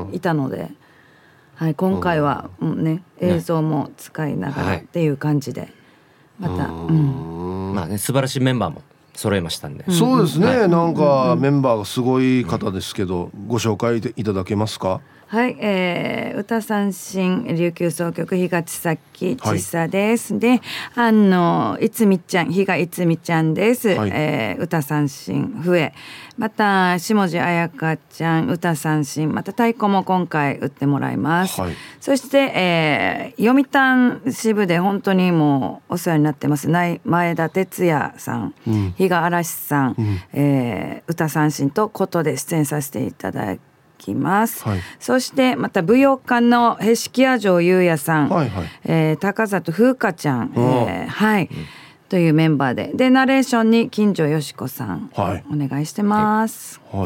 いたので、はい、今回は、うんね、映像も使いながらっていう感じで、また、うん
まあね、素晴らしいメンバーも揃えましたんで、
そうですね、はい、なんかメンバーがすごい方ですけど、うん、ご紹介いただけますか？
はい、えー、歌三線琉球総曲東崎千佐です、はい、であのいつみちゃん比嘉いつみちゃんです、はい、えー、歌三線笛、また下地彩香ちゃん歌三線、また太鼓も今回打ってもらいます、はい、そして、えー、読谷支部で本当にもうお世話になってます前田哲也さん、うん、比嘉嵐さん、うん、えー、歌三線と琴で出演させていただききます、はい、そしてまた舞踊家のへしきや城優也さん、はいはい、えー、高里風花ちゃん、えーはい、うん、というメンバーででナレーションに金城よし子さん、はい、お願いしてます、
はい、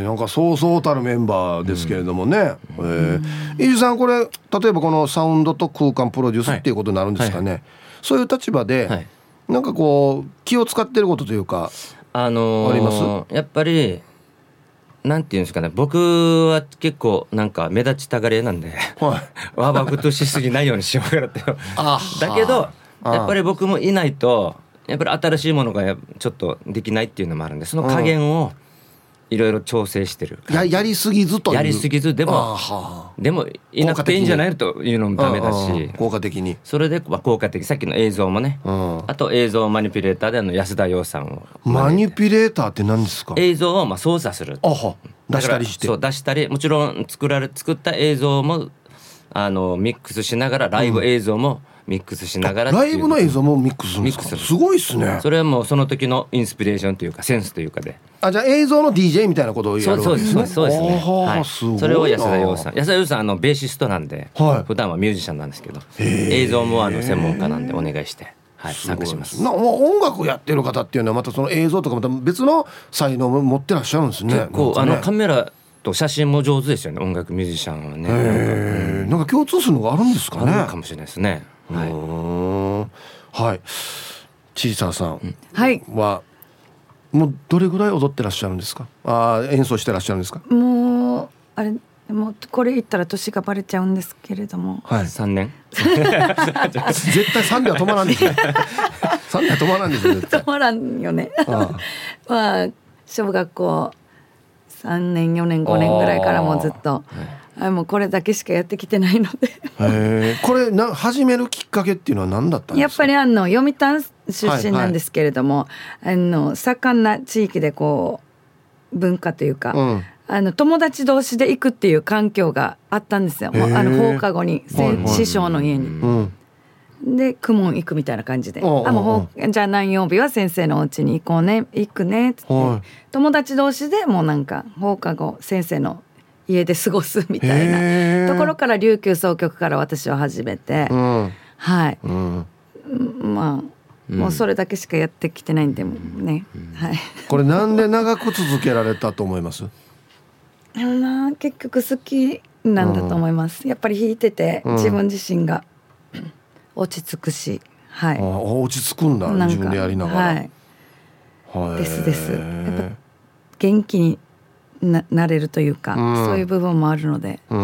なんかそうそうたるメンバーですけれどもね、うん、えー、伊集さんこれ例えばこのサウンドと空間プロデュースっていうことになるんですかね、はいはいはい、そういう立場で、はい、なんかこう気を使ってることというか、
あのー、
あります？
やっぱりなんていうんですかね、僕は結構なんか目立ちたがりなんで、はい、わばくとしすぎないようにしようかなってだけどやっぱり僕もいないとやっぱり新しいものがちょっとできないっていうのもあるんで、その加減をいろいろ調整してる。
や, やりすぎずという
やりすぎずでもでもいなくていいんじゃないというのもダメだし、
効果的に
それで効果的、さっきの映像もね、あと映像マニピュレーターであの安田洋さんを
マニピュレーターって何ですか？
映像をまあ操作する、
あは出したりして、
そう出したり、もちろん作られ作った映像もあのミックスしながらライブ映像もミックスしながら、
うん、ライブの映像もミックスするんですか？す, すごいっすね。
それはもうその時のインスピレーションというかセンスというかで、
あ、じゃあ映像の ディージェー みたいなことをやるわけですね。
そうですね、はい、
すごいな。
それを安田洋さん、安田洋さんあのベーシストなんで、はい、普段はミュージシャンなんですけど、映像もあの専門家なんでお願いして、はい、参加します。
な音楽をやってる方っていうのはまたその映像とかまた別の才能を持ってらっしゃるんですね。
結構、ね、あのカメラと写真も上手ですよね、音楽ミュージシャンはね。
へー、なんか共通するのがあるんですかね。
あるかもしれないですね。はい、
はい、千沢さんは、
はい、
もうどれぐらい踊ってらっしゃるんですか？あ、演奏してらっしゃるんですか？
もうあれもうこれ言ったら年がバレちゃうんですけれども、
はい、さんねん
絶対さんでは止まらんですねさんでは止まらんですよ、絶対
止まらんよねああまあ小学校さんねんよねんごねんぐらいからもうずっと、あ、もうこれだけしかやってきてないので
へー、これな始めるきっかけっていうのは何だったんですか？
やっぱりあの読谷出身なんですけれども、はいはい、あの盛んな地域でこう文化というか、うん、あの友達同士で行くっていう環境があったんですよ。あの放課後に、はいはい、師匠の家に、うんで公文行くみたいな感じで、あもうじゃあ何曜日は先生のお家に行こうね、行くねっつって、はい、友達同士でもうなんか放課後先生の家で過ごすみたいなところから琉球総曲から私は始めて、うん、はい、うん、まあもうそれだけしかやってきてないんでもね、うん、はい。
これなんで長く続けられたと思います？
まあ結局好きなんだと思います、うん、やっぱり弾いてて自分自身が、うん、落ち着くし、はい、
あ、落ち着くんだ、自分でやりながら、
はいはい、ですです。やっぱ元気に な, なれるというか、うん、そういう部分もあるので、うん、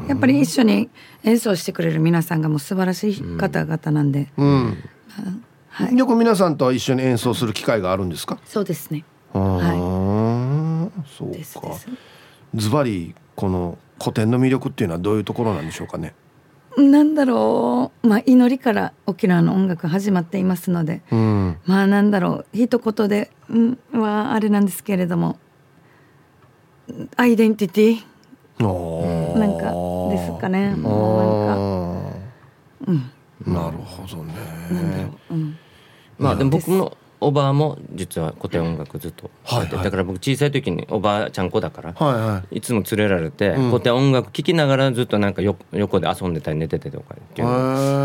やっぱり一緒に演奏してくれる皆さんがもう素晴らしい方々なんで、うんうんはい、
よく皆さんと一緒に演奏する機会があるんですか？
そうですね、
はい、そうか。ズバリこの古典の魅力っていうのはどういうところなんでしょうかね？
なんだろう、まあ、祈りから沖縄の音楽始まっていますので、うん、まあなんだろう、一言で、うん、はあれなんですけれども、アイデンティティなんかですかね。なんか、
うん、なるほどね。
なんだろう、うん、
まあでも僕のおばあも実は古典音楽ずっとやって、はいはい、だから僕小さい時におばあちゃん子だから、はいはい、いつも連れられて、うん、古典音楽聴きながらずっとなんかよ横で遊んでたり寝ててとかっていうの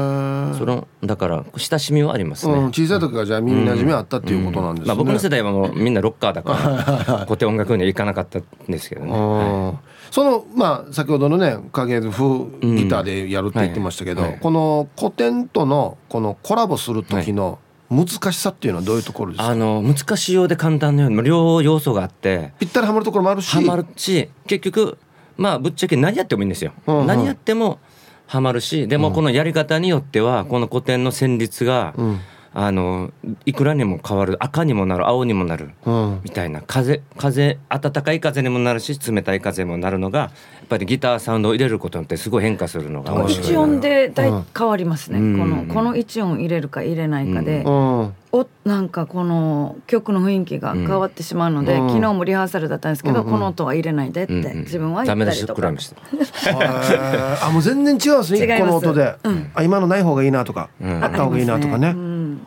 そのだから親しみはありますね、
うん、小さい時からじゃあ耳なじみあったっていうことなんですね、
うんうんまあ、僕の世代はもうみんなロッカーだから古典音楽には行かなかったんですけどね、はい、
そのまあ先ほどのね影風ギターでやるって言ってましたけど、うんはいはい、この古典とのこのコラボする時の難しさっていうのはどういうところですか？
あの難しいようで簡単なように両要素があって
ぴったりはまるところもあるし
はまるし結局まあぶっちゃけ何やってもいいんですよ、うんうん、何やってもはまるしでもこのやり方によってはこの古典の旋律が、うん、あのいくらにも変わる赤にもなる青にもなる、うん、みたいな風風暖かい風にもなるし冷たい風にもなるのがやっぱりギターサウンドを入れることによってすごい変化するのが面白い。
一音でだい変わりますね、うん、このこの一音入れるか入れないかで、うん、おなんかこの曲の雰囲気が変わってしまうので、うん、昨日もリハーサルだったんですけど、うん、この音は入れないでって自分は言ったりとか、うんうん、ダメ出し食らいました
あもう全然違うんですね。いっこの音で、うん、あ今のない方がいいなとか、うん、あった方がいいなとかね、うん、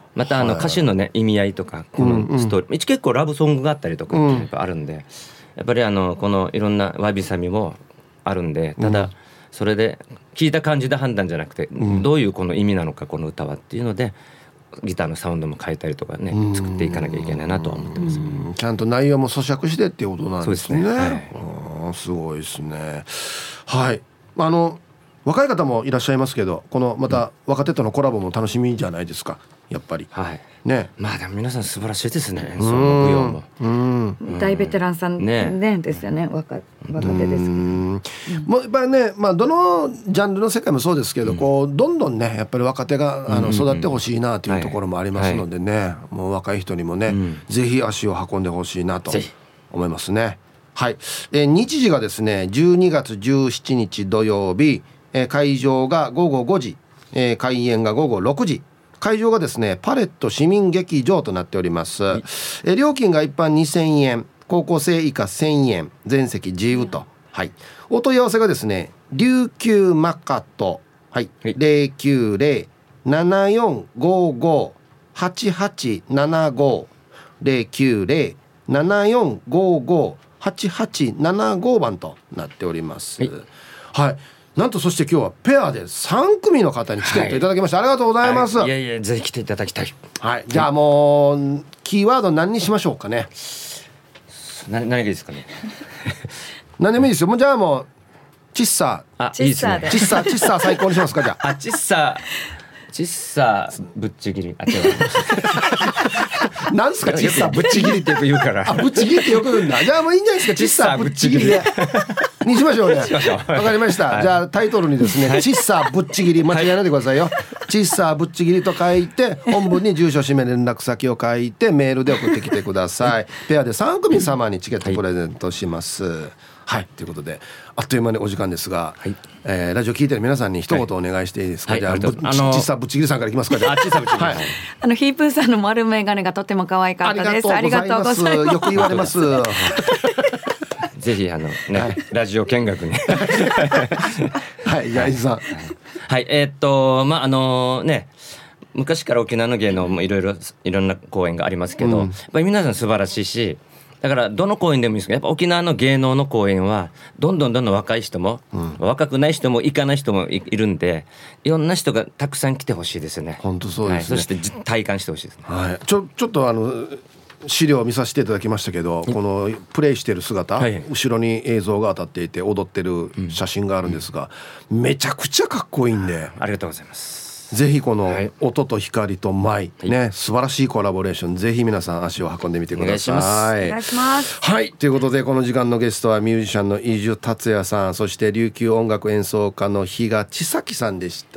またあの歌詞のね意味合いとかこのストーリー、うんうん、結構ラブソングがあったりとかやっぱあるんで、やっぱりあのこのいろんなわびさみもあるんで、ただそれで聞いた感じで判断じゃなくて、うん、どういうこの意味なのかこの歌はっていうのでギターのサウンドも変えたりとかね作っていかなきゃいけないなとは思ってます。
ちゃんと内容も咀嚼してっていうことなんですね。
そうです
ね、はい、すごいですね。はい、あの若い方もいらっしゃいますけどこのまた若手とのコラボも楽しみじゃないですかやっぱり、
はい
ね、
まあでも皆さん素晴らしいですね。演奏も舞踊も
うん大ベテランさん、ねね、ですよね。 若, 若手ですけど、うん
もうやっぱりね、まあ、どのジャンルの世界もそうですけど、うん、こうどんどんねやっぱり若手があの育ってほしいなというところもありますのでね、はいはい、もう若い人にもね、うん、ぜひ足を運んでほしいなと思いますね。はい、えー、日時がですねじゅうにがつじゅうしちにち土曜日、えー、会場がごごごじ、えー、開演がごごろくじ、会場がですねパレット市民劇場となっております、はい、え料金が一般にせんえん、高校生以下せんえん、全席自由と、はい、お問い合わせがですね琉球マカト、はい、はい、ゼロきゅうゼロ ななよんごご はちはちななご ゼロきゅうゼロ ななよんごご はちはちななご番となっております。はい、はい、なんとそして今日はペアでさんくみの方にチケットいただきました、はい、ありがとうございます、はい、
いやいやぜひ来ていただきたい、
はい、じゃあもうキーワード何にしましょうかね。
な何がいいですかね
何でもいいですよ。もうじゃあもうチッサ
ー、あ、いいですね、
チッサーチッサー最高にしますか。じゃあ
あチッサーチッサーぶっちぎり、あ違う
なんすかチッサー
ぶっちぎりってよく言うから
あぶっちぎりってよく言うんだ。じゃあもういいんじゃないですか、チッサーぶっちぎりでにしましょうね。わかりました、はい、じゃあタイトルにですね、はい、チッサーぶっちぎり間違えないでくださいよ、はい、チッサーぶっちぎりと書いて本文に住所氏名連絡先を書いてメールで送ってきてくださいペアでさんくみ様にチケットプレゼントします。はいはい、ということであっという間にお時間ですが、はい、えー、ラジオ聞いてる皆さんに一言お願いしていいですか。はい、じゃあ、はい、あのちっさぶっちぎりさんからいきますか。じゃあちっさぶっちぎり、はい、あ
のヒープーさんの丸眼鏡がとても可愛かったです。ありがとうございます。
よく言われます
ぜひあのね、はい、ラジオ見学に
はい、八重さん、
はい、えー、っとまああのね昔から沖縄の芸能もいろいろいろんな公演がありますけど、うん、やっぱり皆さん素晴らしいし、だからどの公演でもいいですけど、やっぱ沖縄の芸能の公演はどんどんどんどん若い人も、うん、若くない人も行かない人も い, いるんで、いろんな人がたくさん来てほしいですよね。
本当そうですね、
はい、そして体感してほしいですね、
はい、ちょ, ちょっとあの資料を見させていただきましたけど、このプレイしてる姿、はい、後ろに映像が当たっていて踊ってる写真があるんですが、うん、めちゃくちゃかっこいいんで、
ありがとうございます。
ぜひこの音と光と舞、はい、ね、素晴らしいコラボレーション、ぜひ皆さん足を運んでみてください。お
願いします。
はい、ということでこの時間のゲストはミュージシャンの伊集達也さん、そして琉球音楽演奏家の比嘉千咲さんでした。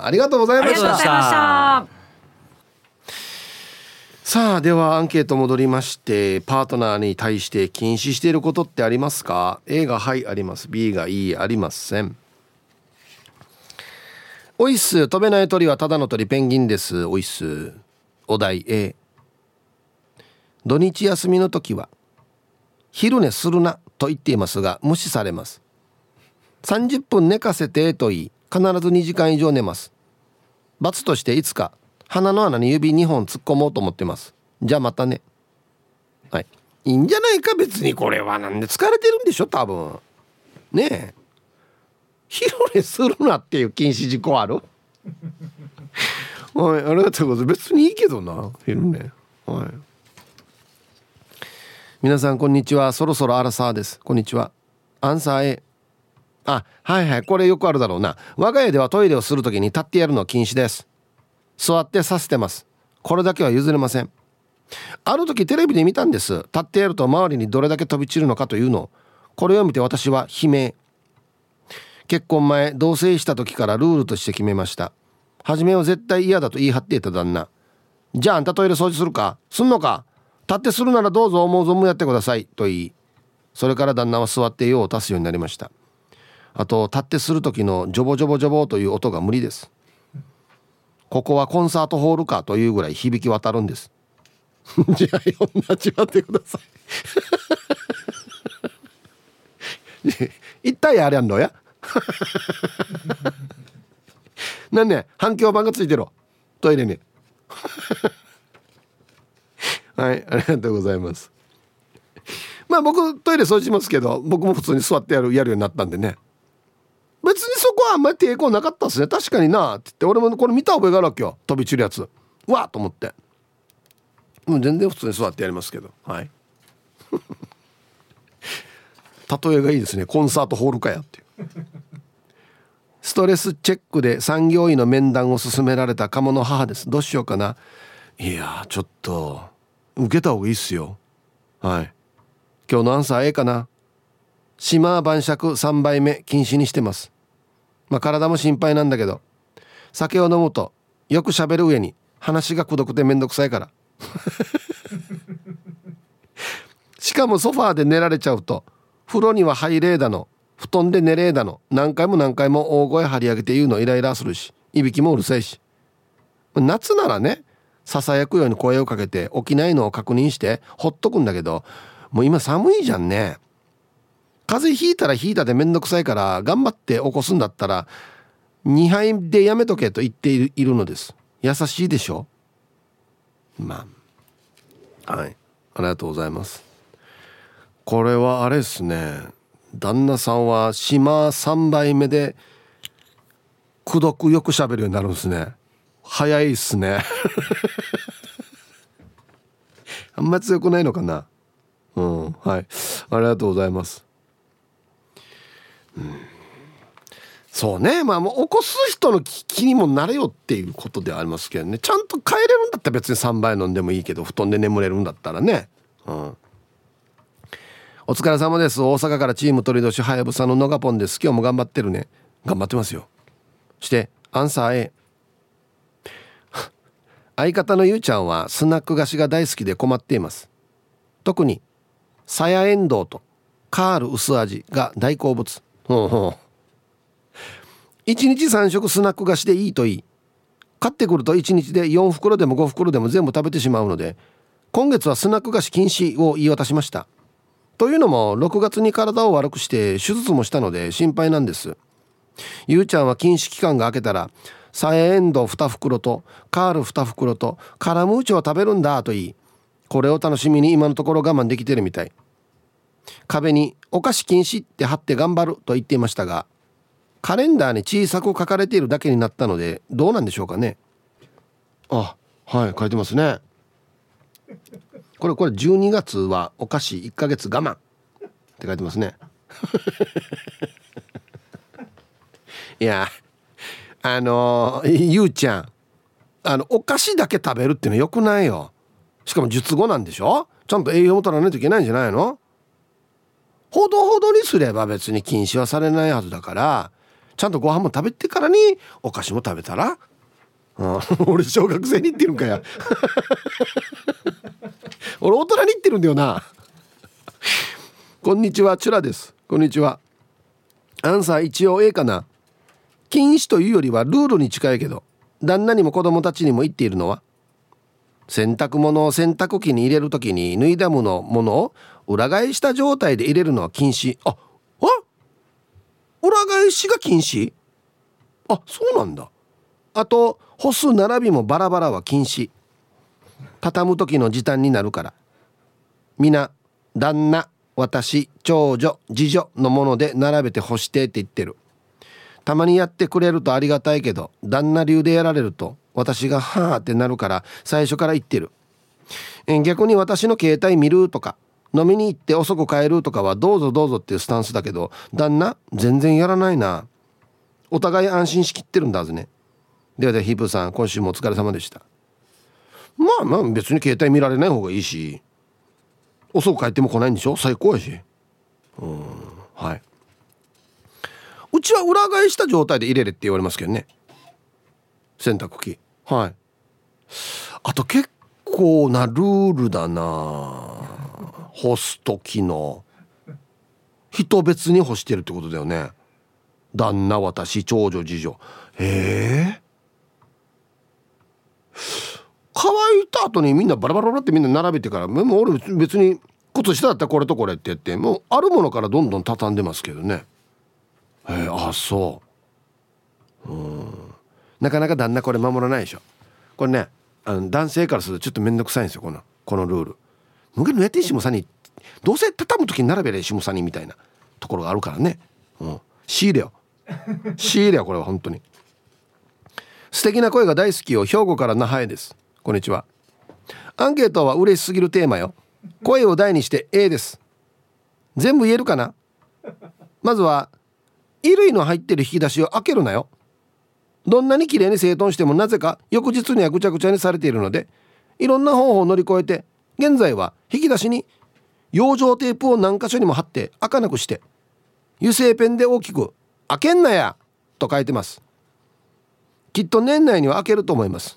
ありがとうございました。
ありがとうございました。
さあではアンケート戻りまして、パートナーに対して禁止していることってありますか。 A がはいあります、 B がいいありません。おいっす、飛べない鳥はただの鳥、ペンギンです。おいっす。お題 A、 土日休みの時は昼寝するなと言っていますが無視されます。さんじゅっぷん寝かせてと言い必ずにじかん以上寝ます。罰としていつか鼻の穴に指にほん突っ込もうと思ってます。じゃあまたね。はい、いいんじゃないか別に。これはなんで疲れてるんでしょ多分ねえ。昼寝するなっていう禁止事項あるはい、ありがとうございます。別にいいけどな、昼ね。はい。皆さんこんにちは。そろそろアラサーです。こんにちは。アンサー A。あ、はいはい、これよくあるだろうな。我が家ではトイレをするときに立ってやるのは禁止です。座ってさせてます。これだけは譲れません。ある時テレビで見たんです。立ってやると周りにどれだけ飛び散るのかというのを。これを見て私は悲鳴。結婚前同棲した時からルールとして決めました。初めは絶対嫌だと言い張っていた旦那。じゃああんたトイレ掃除するか、すんのか、立ってするならどうぞ思う存分やってくださいと言い、それから旦那は座って用を足すようになりました。あと立ってする時のジョボジョボジョボという音が無理です。ここはコンサートホールかというぐらい響き渡るんです。じゃあ同じ待ってください。一体あれやんのや。なんね、反響板がついてるトイレに。はい、ありがとうございます。まあ僕トイレ掃除しますけど、僕も普通に座ってやるやるようになったんでね、別にそこはあんまり抵抗なかったですね。確かになって言って、俺もこれ見た覚えがあるわけよ、飛び散るやつ。うわっと思って、もう全然普通に座ってやりますけど、はい。例えがいいですね。コンサートホールかやっていう。ストレスチェックで産業医の面談を勧められたカモの母です。どうしようかな。いやちょっと受けた方がいいっすよ。はい。今日のアンサー A かな。島晩酌さんばいめ禁止にしてます。まあ体も心配なんだけど、酒を飲むとよく喋る上に話がくどくてめんどくさいから。しかもソファーで寝られちゃうと、風呂には入れーだの、布団で寝れーだの、何回も何回も大声張り上げて言うのイライラするし、いびきもうるさいし。夏ならね、ささやくように声をかけて起きないのを確認してほっとくんだけど、もう今寒いじゃんね。風邪ひいたらひいたでめんどくさいから頑張って起こすんだったらにはいでやめとけと言っているのです。優しいでしょ。まあはい、ありがとうございます。これはあれですね、旦那さんは島さんばいめでくどくよく喋るようになるんですね。早いっすね。あんま強くないのかな。うん、はい、ありがとうございます。うん、そうね、まあもう起こす人の気にもなれよっていうことではありますけどね。ちゃんと帰れるんだったら別にさんばい飲んでもいいけど、布団で眠れるんだったらね。うん、お疲れ様です。大阪からチーム鳥年はやぶさののがぽんです。今日も頑張ってるね。頑張ってますよ。してアンサー A。 相方のゆうちゃんはスナック菓子が大好きで困っています。特にさやえんどうとカール薄味が大好物。ほうほう。いちにちさん食スナック菓子でいいといい、買ってくるといちにちでよん袋でもご袋でも全部食べてしまうので、今月はスナック菓子禁止を言い渡しました。というのもろくがつに体を悪くして手術もしたので心配なんです。ゆうちゃんは禁止期間が明けたらさやえんどうに袋とカールに袋とカラムーチョを食べるんだと言い、これを楽しみに今のところ我慢できてるみたい。壁にお菓子禁止って貼って頑張ると言っていましたが、カレンダーに小さく書かれているだけになったのでどうなんでしょうかね。あ、はい、書いてますね。これこれじゅうにがつはお菓子いっかげつ我慢って書いてますね。いやあのー、ゆうちゃん、あのお菓子だけ食べるっていうのはよくないよ。しかも術後なんでしょ。ちゃんと栄養も取らないといけないんじゃないの。ほどほどにすれば別に禁止はされないはずだから、ちゃんとご飯も食べてからにお菓子も食べたら、うん、俺小学生に言ってるんかや。俺大人に言ってるんだよな。こんにちは、チュラです。こんにちは。アンサー一応 A かな。禁止というよりはルールに近いけど、旦那にも子供たちにも言っているのは、洗濯物を洗濯機に入れるときに脱いだものものを裏返した状態で入れるのは禁止。あ、あ、裏返しが禁止。あ、そうなんだ。あと干す並びもバラバラは禁止。畳む時の時短になるから。みな、旦那、私、長女、次女のもので並べて干してって言ってる。 たまにやってくれるとありがたいけど、旦那流でやられると私がはーってなるから最初から言ってる。え逆に私の携帯見るとか飲みに行って遅く帰るとかはどうぞどうぞっていうスタンスだけど、旦那全然やらないな。お互い安心しきってるんだはずね。ではではヒープーさん、今週もお疲れ様でした。まあまあ別に携帯見られない方がいいし、遅く帰っても来ないんでしょ、最高やし。うん、はい。うちは裏返した状態で入れれって言われますけどね、洗濯機。はい。あと結構なルールだな、干す時の人別に干してるってことだよね。旦那、私、長女、次女。へえ。乾いた後にみんなバラバラバラってみんな並べてから、もう俺別に靴下だったらこれとこれって言って、もうあるものからどんどん畳んでますけどね。へえ、あ、そう。うん。なかなか旦那これ守らないでしょ。これね、あの男性からするとちょっとめんどくさいんですよ、このこのルール。昔のやってしむさに、どうせ畳む時に並べれしむさにみたいなところがあるからね。うん。仕入れよ。仕入れよ、これは本当に。素敵な声が大好きよ、兵庫から那覇へです。こんにちは。アンケートは嬉しすぎるテーマよ。声を大にして A です。全部言えるかな。まずは衣類の入ってる引き出しを開けるなよ。どんなに綺麗に整頓してもなぜか翌日にはぐちゃぐちゃにされているので、いろんな方法を乗り越えて現在は引き出しに養生テープを何箇所にも貼って開かなくして、油性ペンで大きく開けんなやと書いてます。きっと年内には開けると思います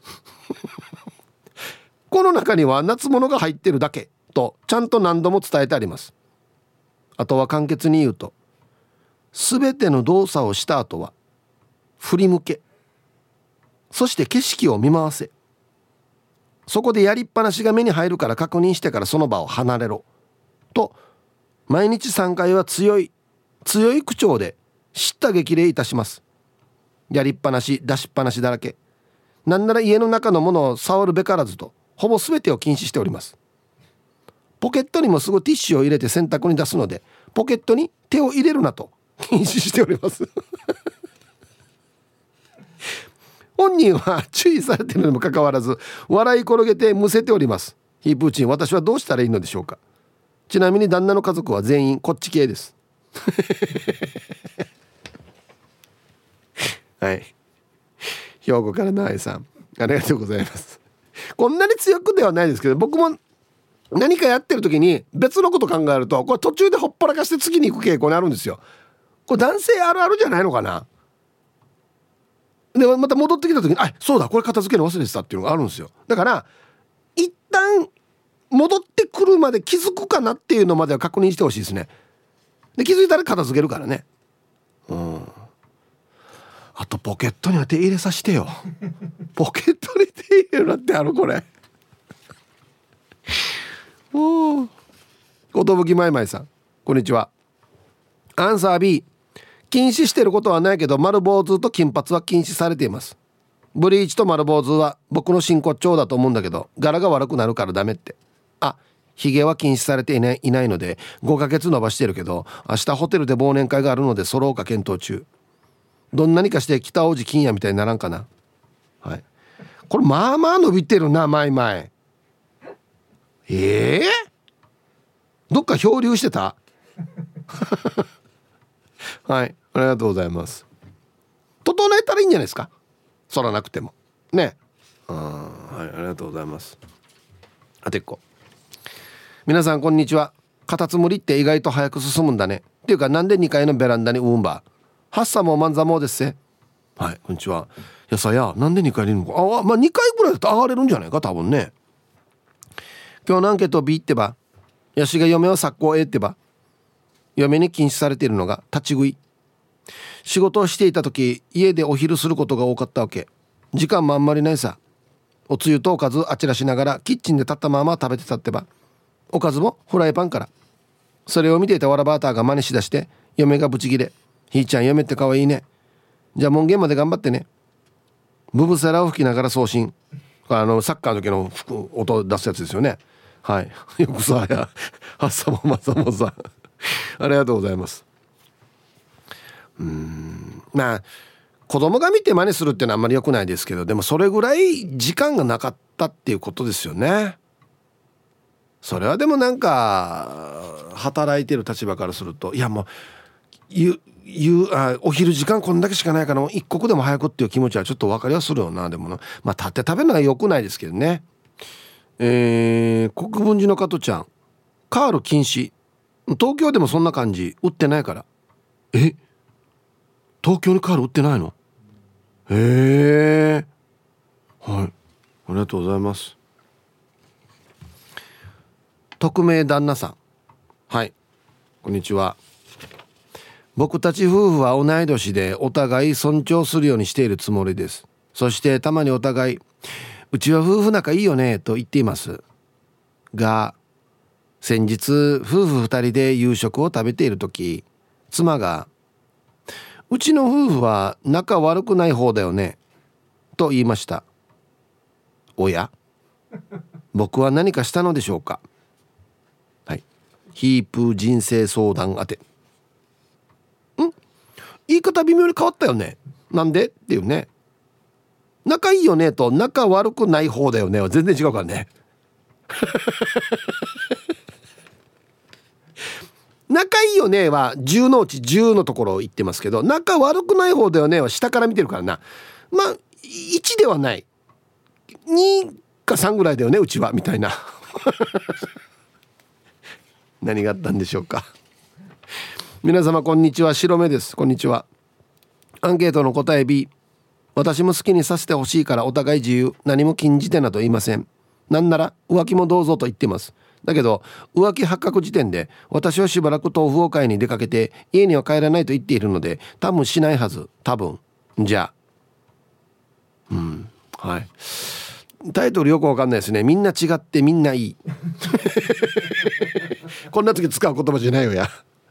この中には夏物が入ってるだけとちゃんと何度も伝えてあります。あとは簡潔に言うと、すべての動作をした後は振り向け、そして景色を見回せ、そこでやりっぱなしが目に入るから確認してからその場を離れろと、毎日さんかいは強い強い口調で叱咤激励いたします。やりっぱなし出しっぱなしだらけ、なんなら家の中のものを触るべからずとほぼ全てを禁止しております。ポケットにもすぐティッシュを入れて洗濯に出すので、ポケットに手を入れるなと禁止しております本人は注意されているにもかかわらず笑い転げてむせております。ヒープーチン、私はどうしたらいいのでしょうか。ちなみに旦那の家族は全員こっち系ですはい、兵庫からのあいさん、ありがとうございます。こんなに強くではないですけど、僕も何かやってる時に別のこと考えると、これ途中でほっぽらかして次に行く傾向にあるんですよ。これ男性あるあるじゃないのかな。でまた戻ってきた時に、あ、そうだこれ片付けるの忘れてたっていうのがあるんですよ。だから一旦戻ってくるまで気づくかなっていうのまでは確認してほしいですね。で気づいたら片付けるからね。うん。あとポケットには手入れさせてよポケットに手入れるなってあるこれおー、ことぶきまいまいさん、こんにちは。アンサー B、 禁止してることはないけど丸坊主と金髪は禁止されています。ブリーチと丸坊主は僕の真骨頂だと思うんだけど柄が悪くなるからダメって。あ、ヒゲは禁止されていない、いないのでごかげつ伸ばしてるけど、明日ホテルで忘年会があるのでそろうか検討中。どんなにかして北王子金也みたいにならんかな。はい、これまあまあ伸びてるな、前々。ええー、どっか漂流してたはい、ありがとうございます。整えたらいいんじゃないですか、剃らなくてもね。あ、はい、ありがとうございます。あてっこ、皆さんこんにちは。カタツムリって意外と早く進むんだね。っていうかなんでにかいのベランダにウーンバーハッサもマンザもですね。はい、こんにちは。やさや、なんでにかいいるのか。あ、まあにかいぐらいだと上がれるんじゃないか多分ね。今日のアンケート B ってば、ヤシが嫁は作工 A ってば、嫁に禁止されているのが立ち食い。仕事をしていた時家でお昼することが多かったわけ。時間もあんまりないさ。おつゆとおかずあちらしながらキッチンで立ったまま食べてたってば、おかずもフライパンから。それを見ていたワラバーターが真似しだして嫁がブチギレ、ひーちゃん嫁ってかわいいね、じゃあ門限まで頑張ってね。ブブセラを吹きながら送信。あのサッカーの時の音出すやつですよね。はいよくさやハッサモマサモさんありがとうございます。 うーんまあ子供が見て真似するっていうのはあんまり良くないですけど、でもそれぐらい時間がなかったっていうことですよね。それはでもなんか働いてる立場からすると、いやもうゆゆあお昼時間こんだけしかないから一刻でも早くっていう気持ちはちょっと分かりはするよな。でもな、まあ立って食べるのは良くないですけどね。えー、国分寺の加トちゃん、カール禁止。東京でもそんな感じ、売ってないから。え、東京にカール売ってないの？へえ、はい、ありがとうございます。匿名旦那さん、はい、こんにちは。僕たち夫婦は同い年でお互い尊重するようにしているつもりです。そしてたまにお互いうちは夫婦仲いいよねと言っていますが、先日夫婦二人で夕食を食べているとき、妻がうちの夫婦は仲悪くない方だよねと言いました。おや、僕は何かしたのでしょうか。はい、ヒープ人生相談宛て。ん言い方微妙に変わったよね。なんでっていうね。仲いいよねと仲悪くない方だよねは全然違うからね。仲いいよねはじゅうのうちじゅうのところを言ってますけど、仲悪くない方だよねは下から見てるからな。まあいちではない、にかさんぐらいだよねうちはみたいな。何があったんでしょうか。皆様こんにちは、白目です。こんにちは。アンケートの答え B、 私も好きにさせてほしいからお互い自由、何も禁じてなど言いません。なんなら浮気もどうぞと言ってます。だけど浮気発覚時点で私はしばらく豆腐を買いに出かけて家には帰らないと言っているので、多分しないはず。多分じゃあうん、はい、タイトルよくわかんないですね。みんな違ってみんないい。こんな時使う言葉じゃないよや。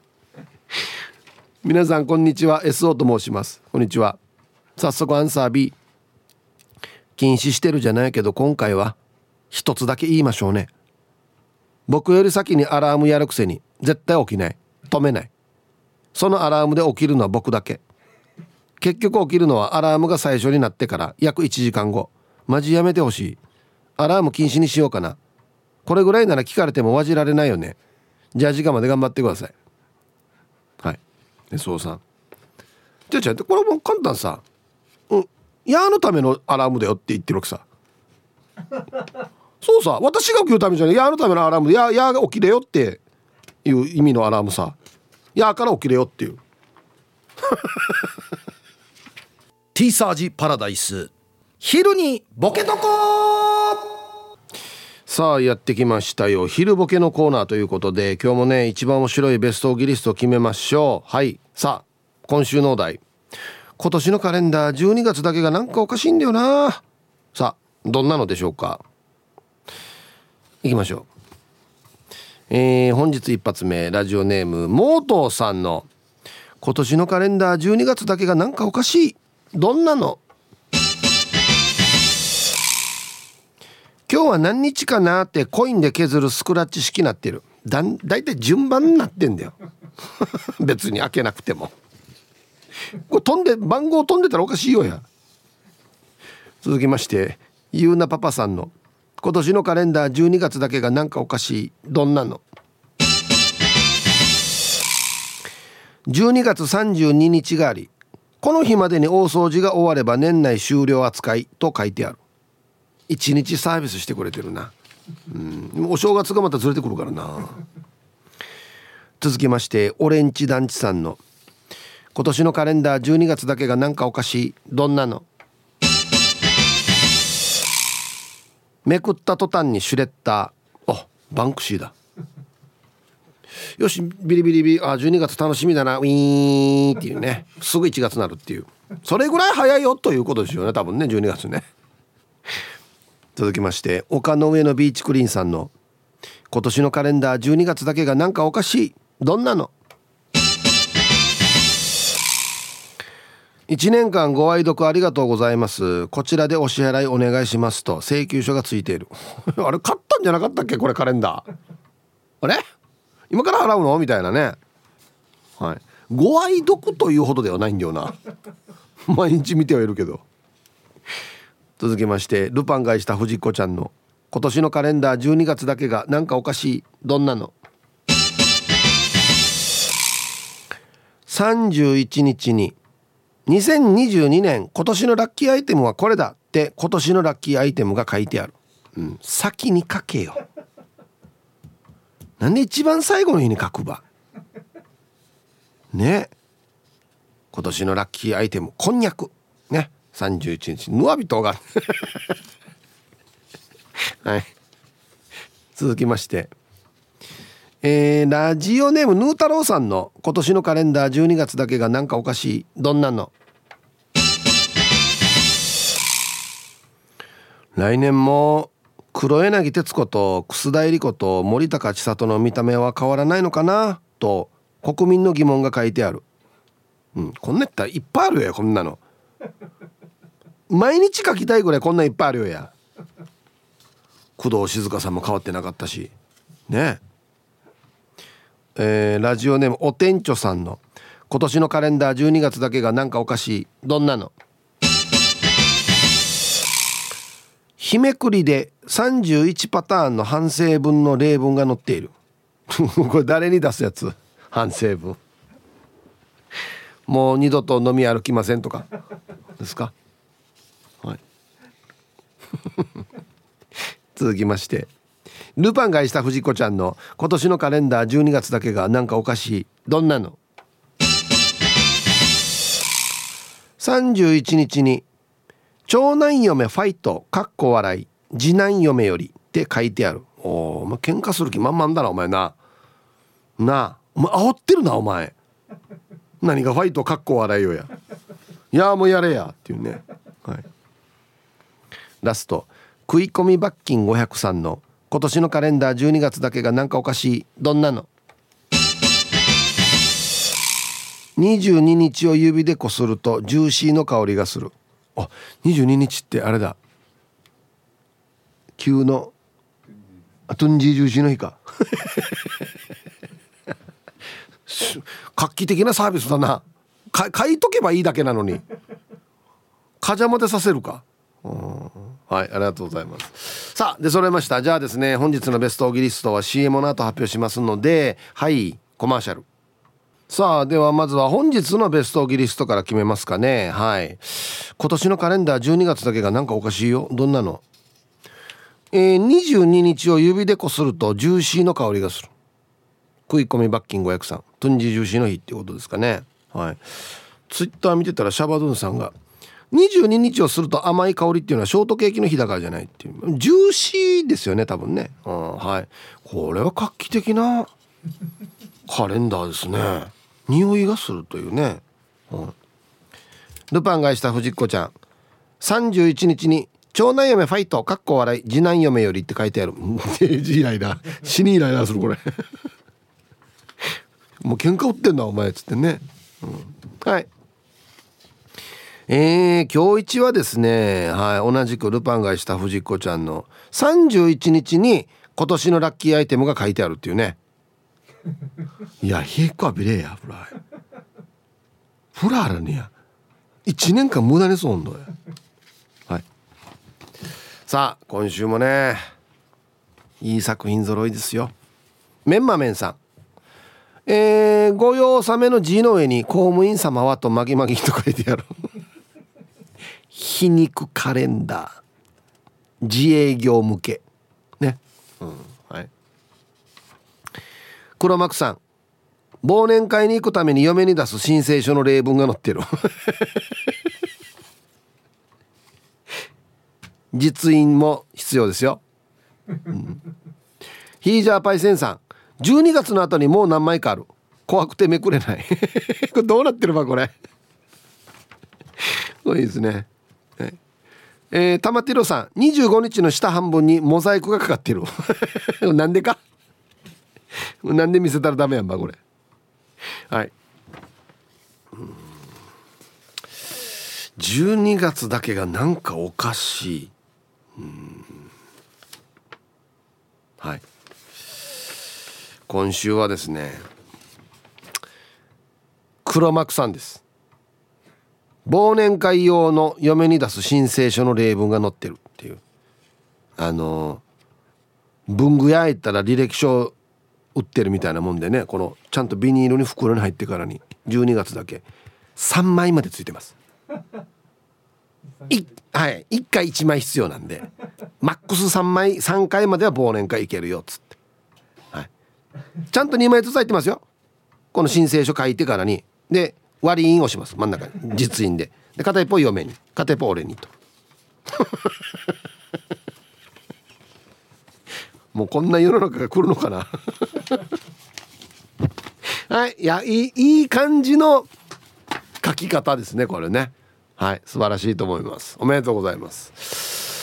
皆さんこんにちは、 エスオー と申します。こんにちは。早速アンサー B、 禁止してるじゃないけど今回は一つだけ言いましょうね。僕より先にアラームやるくせに絶対起きない、止めない。そのアラームで起きるのは僕だけ。結局起きるのはアラームが最初になってから約いちじかんご。マジやめてほしい。アラーム禁止にしようかな。これぐらいなら聞かれてもわじられないよね。じゃあ時間まで頑張ってください。はい、そうさん。じゃあじゃあこれも簡単さ、うん、やのためのアラームだよって言ってるわけさ。そうさ、私が起きるためじゃない、やのためのアラームで、ややが起きれよっていう意味のアラームさ。やから起きれよっていう。ティーサージパラダイス、昼にボケとこ。さあやってきましたよ、昼ボケのコーナーということで、今日もね一番面白いベストギリストを決めましょう。はい、さあ今週のお題、今年のカレンダーじゅうにがつだけがなんかおかしいんだよな。さあどんなのでしょうか。いきましょう。えー、本日一発目、ラジオネームモートーさんの今年のカレンダーじゅうにがつだけがなんかおかしい、どんなの。今日は何日かなってコインで削るスクラッチ式になってる。だ, だいたい順番になってんだよ。別に開けなくても。これ飛んで番号飛んでたらおかしいよや。続きましてゆうなパパさんの今年のカレンダーじゅうにがつだけがなんかおかしい、どんなの。じゅうにがつさんじゅうににちがあり、この日までに大掃除が終われば年内終了扱いと書いてある。いちにちサービスしてくれてるな。うん、お正月がまたずれてくるからな。続きましてオレンジ団地さんの今年のカレンダーじゅうにがつだけがなんかおかしい、どんなの。めくった途端にシュレッダー、あ、バンクシーだ。よしビリビリビリ、あじゅうにがつ楽しみだな、ウィーンっていうね、すぐいちがつになるっていう、それぐらい早いよということですよね、多分ね、じゅうにがつね。続きまして丘の上のビーチクリーンさんの今年のカレンダーじゅうにがつだけがなんかおかしい、どんなの。いちねんかんご愛読ありがとうございます。こちらでお支払いお願いしますと請求書がついている。あれ買ったんじゃなかったっけこれカレンダー。あれ今から払うのみたいなね。はい、 ご愛読というほどではないんだよな毎日見てはいるけど。続きまして、ルパン買いした藤子ちゃんの今年のカレンダーじゅうにがつだけがなんかおかしい。どんなの？さんじゅういちにちににせんにじゅうにねん今年のラッキーアイテムはこれだって今年のラッキーアイテムが書いてある、うん、先に書けよ。なんで一番最後の日に書くばね。今年のラッキーアイテムこんにゃくね、さんじゅういちにちヌアビトがはい、続きまして、えー、ラジオネームヌー太郎さんの今年のカレンダーじゅうにがつだけがなんかおかしい。どんなの？来年も黒柳徹子と楠田絵理子と森高千里の見た目は変わらないのかなと国民の疑問が書いてある、うん、こんなやったらいっぱいあるよ。こんなの毎日書きたいぐらいこんなんいっぱいあるよや。工藤静香さんも変わってなかったしね。えー、ラジオネームお店長さんの今年のカレンダーじゅうにがつだけがなんかおかしい。どんなの？日めくりでさんじゅういちパターンの反省文の例文が載っているこれ誰に出すやつ？反省文。もう二度と飲み歩きませんとかですか？はい続きまして、ルパン買いした藤子ちゃんの今年のカレンダーじゅうにがつだけがなんかおかしい。どんなの？さんじゅういちにちに長男嫁ファイトかっこ笑い次男嫁よりって書いてある。おー、お前喧嘩する気満々だなお前な。なあお前煽ってるなお前。何がファイトかっこ笑いよや。いやもうやれやっていうね、はい、ラスト食い込み罰金ごひゃくさんの今年のカレンダーじゅうにがつだけがなんかおかしい。どんなの？にじゅうににちを指でこするとジューシーの香りがする。あ、にじゅうににちってあれだ、旧のあトゥンジージューシーの日か画期的なサービスだな。か書いとけばいいだけなのにかじゃまでさせるか。はい、ありがとうございます。さあ、で揃えました。じゃあですね、本日のベストオギリストは シーエム の後発表しますので、はいコマーシャル。さあ、ではまずは本日のベストオギリストから決めますかね。はい、今年のカレンダーじゅうにがつだけがなんかおかしいよ。どんなの？えー、にじゅうににちを指でこするとジューシーの香りがする。食い込み罰金ごひゃくさんトゥンジージューシーの日ってことですかね。はい、ツイッター見てたらシャバドゥンさんがにじゅうににちをすると甘い香りっていうのはショートケーキの日だからじゃないっていう、ジューシーですよね多分ね、うん、はい、これは画期的なカレンダーですね。匂いがするというね、うん、ルパン買いした藤子ちゃんさんじゅういちにちに長男嫁ファイトかっこ笑い次男嫁よりって書いてあるイライラ死にイライラするこれもう喧嘩売ってんだお前っつってね、うん、はい。えー、今日一はですね、はい、同じくルパン買いした藤子ちゃんのさんじゅういちにちに今年のラッキーアイテムが書いてあるっていうね。いやへっこびれやフライフラーラにやいちねんかん無駄にそうんだよ。はい、さあ今週もねいい作品揃いですよ。メンマメンさん、えー、ご用納めの字の上に公務員様はとまぎまぎと書いてある皮肉カレンダー自営業向けね、うん、はい。黒幕さん、忘年会に行くために嫁に出す申請書の例文が載ってる実印も必要ですよ、うん、ヒージャーパイセンさん、じゅうにがつの後にもう何枚かある、怖くてめくれないこれどうなってるばこれこれいいですね。えー、玉ティロさん、にじゅうごにちの下半分にモザイクがかかってるなんでかなんで見せたらダメやんばこれ。はい、じゅうにがつだけがなんかおかしい。うん、はい、今週はですね、 黒幕さんです。忘年会用の嫁に出す申請書の例文が載ってるっていう、あの文具屋行ったら履歴書売ってるみたいなもんでね、このちゃんとビニールに袋に入ってからにじゅうにがつだけさんまいまでついてます。いはい、いっかいいちまい必要なんでマックスさんまい、さんかいまでは忘年会行けるよっつって、はい、ちゃんとにまいずつ入ってますよ。この申請書書いてからにで割り印をします。真ん中に実印で、で片一方嫁に片一方俺にともうこんな世の中が来るのかなはい、いや、いい、いい感じの書き方ですねこれね。はい、素晴らしいと思います。おめでとうございます。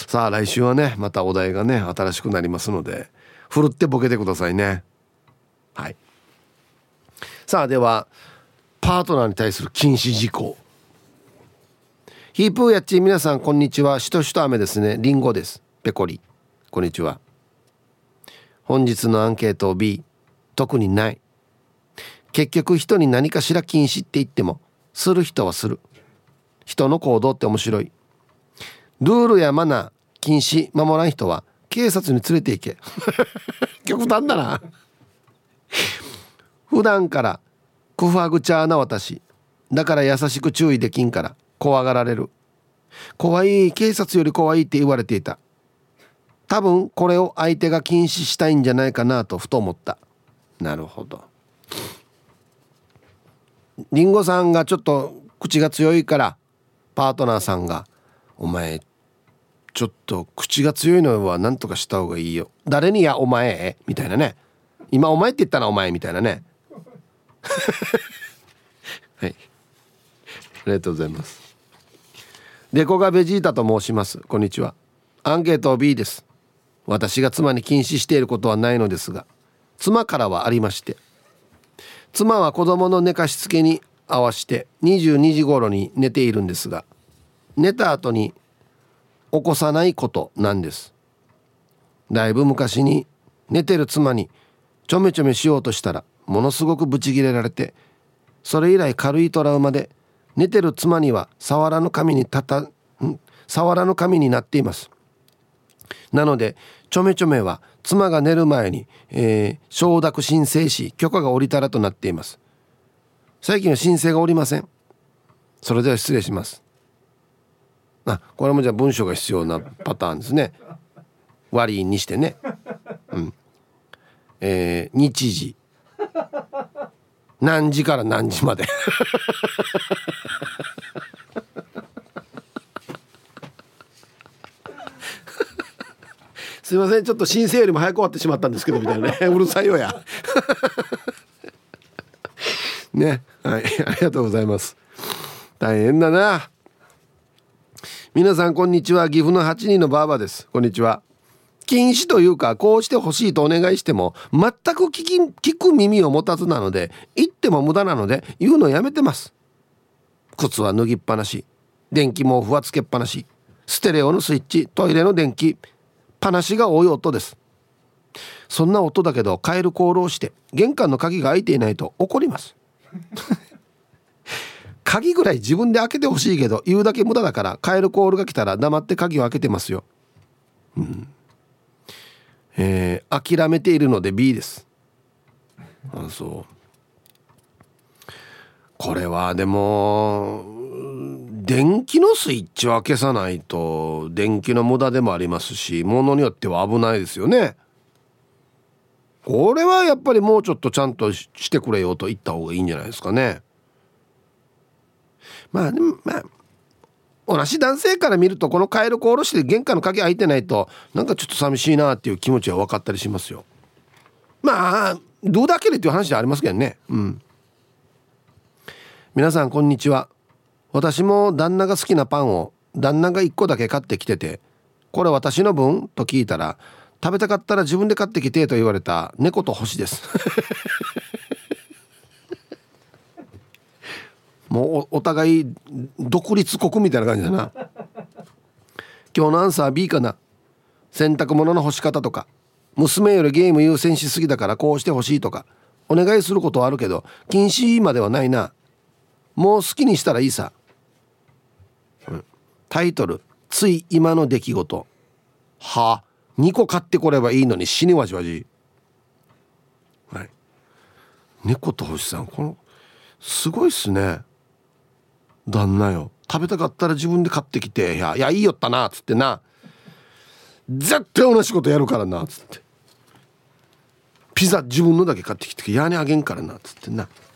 さあ来週はねまたお題がね新しくなりますのでふるってボケてくださいね。はい、さあではパートナーに対する禁止事項。ヒープーやっち皆さんこんにちは。しとしと雨ですね。リンゴです。ペコリこんにちは。本日のアンケート B、 特にない。結局人に何かしら禁止って言ってもする人はする。人の行動って面白い。ルールやマナー禁止守らん人は警察に連れて行け極端だな普段からクファグチャーな私だから優しく注意できんから怖がられる。怖い、警察より怖いって言われていた。多分これを相手が禁止したいんじゃないかなとふと思った。なるほど。リンゴさんがちょっと口が強いからパートナーさんがお前ちょっと口が強いのは何とかした方がいいよ。誰にやお前みたいなね。今お前って言ったらお前みたいなねはい、ありがとうございます。デコがベジータと申します。こんにちは。アンケート B です。私が妻に禁止していることはないのですが妻からはありまして、妻は子供の寝かしつけに合わせてにじゅうにじ頃に寝ているんですが寝た後に起こさないことなんです。だいぶ昔に寝てる妻にちょめちょめしようとしたらものすごくブチギレられて、それ以来軽いトラウマで寝てる妻には触らぬ神にたたん触らぬ神になっています。なのでちょめちょめは妻が寝る前に、えー、承諾申請し許可が下りたらとなっています。最近は申請が下りません。それでは失礼します。あ、これもじゃあ文章が必要なパターンですね。割りにしてね、うんえー、日時何時から何時まですいませんちょっと申請よりも早く終わってしまったんですけどみたいなねうるさいよやね、はい、ありがとうございます。大変だな。皆さんこんにちは。岐阜のはちにんのバーバです。こんにちは。禁止というかこうしてほしいとお願いしても全く聞き聞く耳を持たずなので言っても無駄なので言うのやめてます。靴は脱ぎっぱなし、電気毛布はつけっぱなし、ステレオのスイッチ、トイレの電気パなしが多い音です。そんな音だけどカエルコールをして玄関の鍵が開いていないと怒ります鍵ぐらい自分で開けてほしいけど言うだけ無駄だからカエルコールが来たら黙って鍵を開けてますよ、うんえー、諦めているので B です。あ、そうこれはでも電気のスイッチは消さないと電気の無駄でもありますし物によっては危ないですよね。これはやっぱりもうちょっとちゃんとしてくれよと言った方がいいんじゃないですかね。まあでもまあ同じ男性から見るとこのカエルコールして玄関の鍵開いてないとなんかちょっと寂しいなっていう気持ちは分かったりしますよ。まあどうだけでっていう話でありますけどね。うん。皆さんこんにちは。私も旦那が好きなパンを旦那がいっこだけ買ってきてて、これ私の分と聞いたら食べたかったら自分で買ってきてと言われた猫と星ですもう お, お互い独立国みたいな感じだな今日のアンサー B かな。洗濯物の干し方とか娘よりゲーム優先しすぎだからこうしてほしいとかお願いすることはあるけど禁止まではないな。 もう好きにしたらいいさ、うん、タイトルつい今の出来事。はあ、にこ買ってこればいいのに死にわじわじ、はい、猫と星さん、このすごいっすね。旦那よ、食べたかったら自分で買ってきて、いやいやいいよったなっつってな、絶対同じことやるからなっつって、ピザ自分のだけ買ってきてやにあげんからなっつってな。